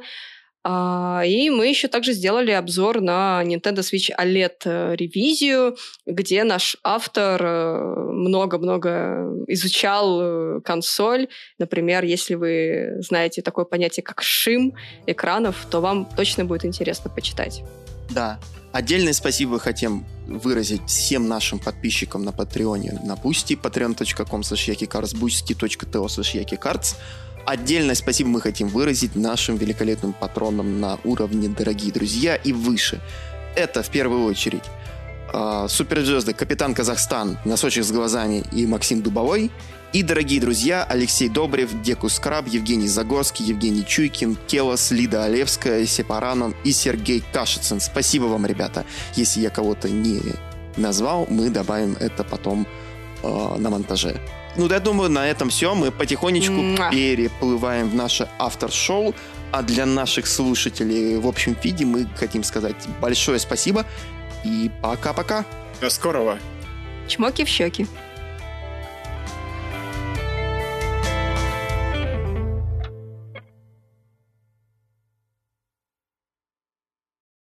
И мы еще также сделали обзор на Nintendo Switch OLED ревизию, где наш автор много-много изучал консоль. Например, если вы знаете такое понятие, как шим экранов, то вам точно будет интересно почитать. Да. Отдельное спасибо хотим выразить всем нашим подписчикам на Патреоне, на Boosty, patreon.com/yakicars, boosty.to/yakicars. Отдельное спасибо мы хотим выразить нашим великолепным патронам на уровне «Дорогие друзья» и выше. Это, в первую очередь, суперзвезды Капитан Казахстан, Носочек с глазами и Максим Дубовой. И, дорогие друзья, Алексей Добрев, Декус Краб, Евгений Загорский, Евгений Чуйкин, Келос, Лида Олевская, Сепараном и Сергей Кашицын. Спасибо вам, ребята. Если я кого-то не назвал, мы добавим это потом на монтаже. Ну, я думаю, на этом все. Мы потихонечку переплываем в наше автор-шоу. А для наших слушателей в общем фиде мы хотим сказать большое спасибо. И пока-пока. До скорого. Чмоки в щеки.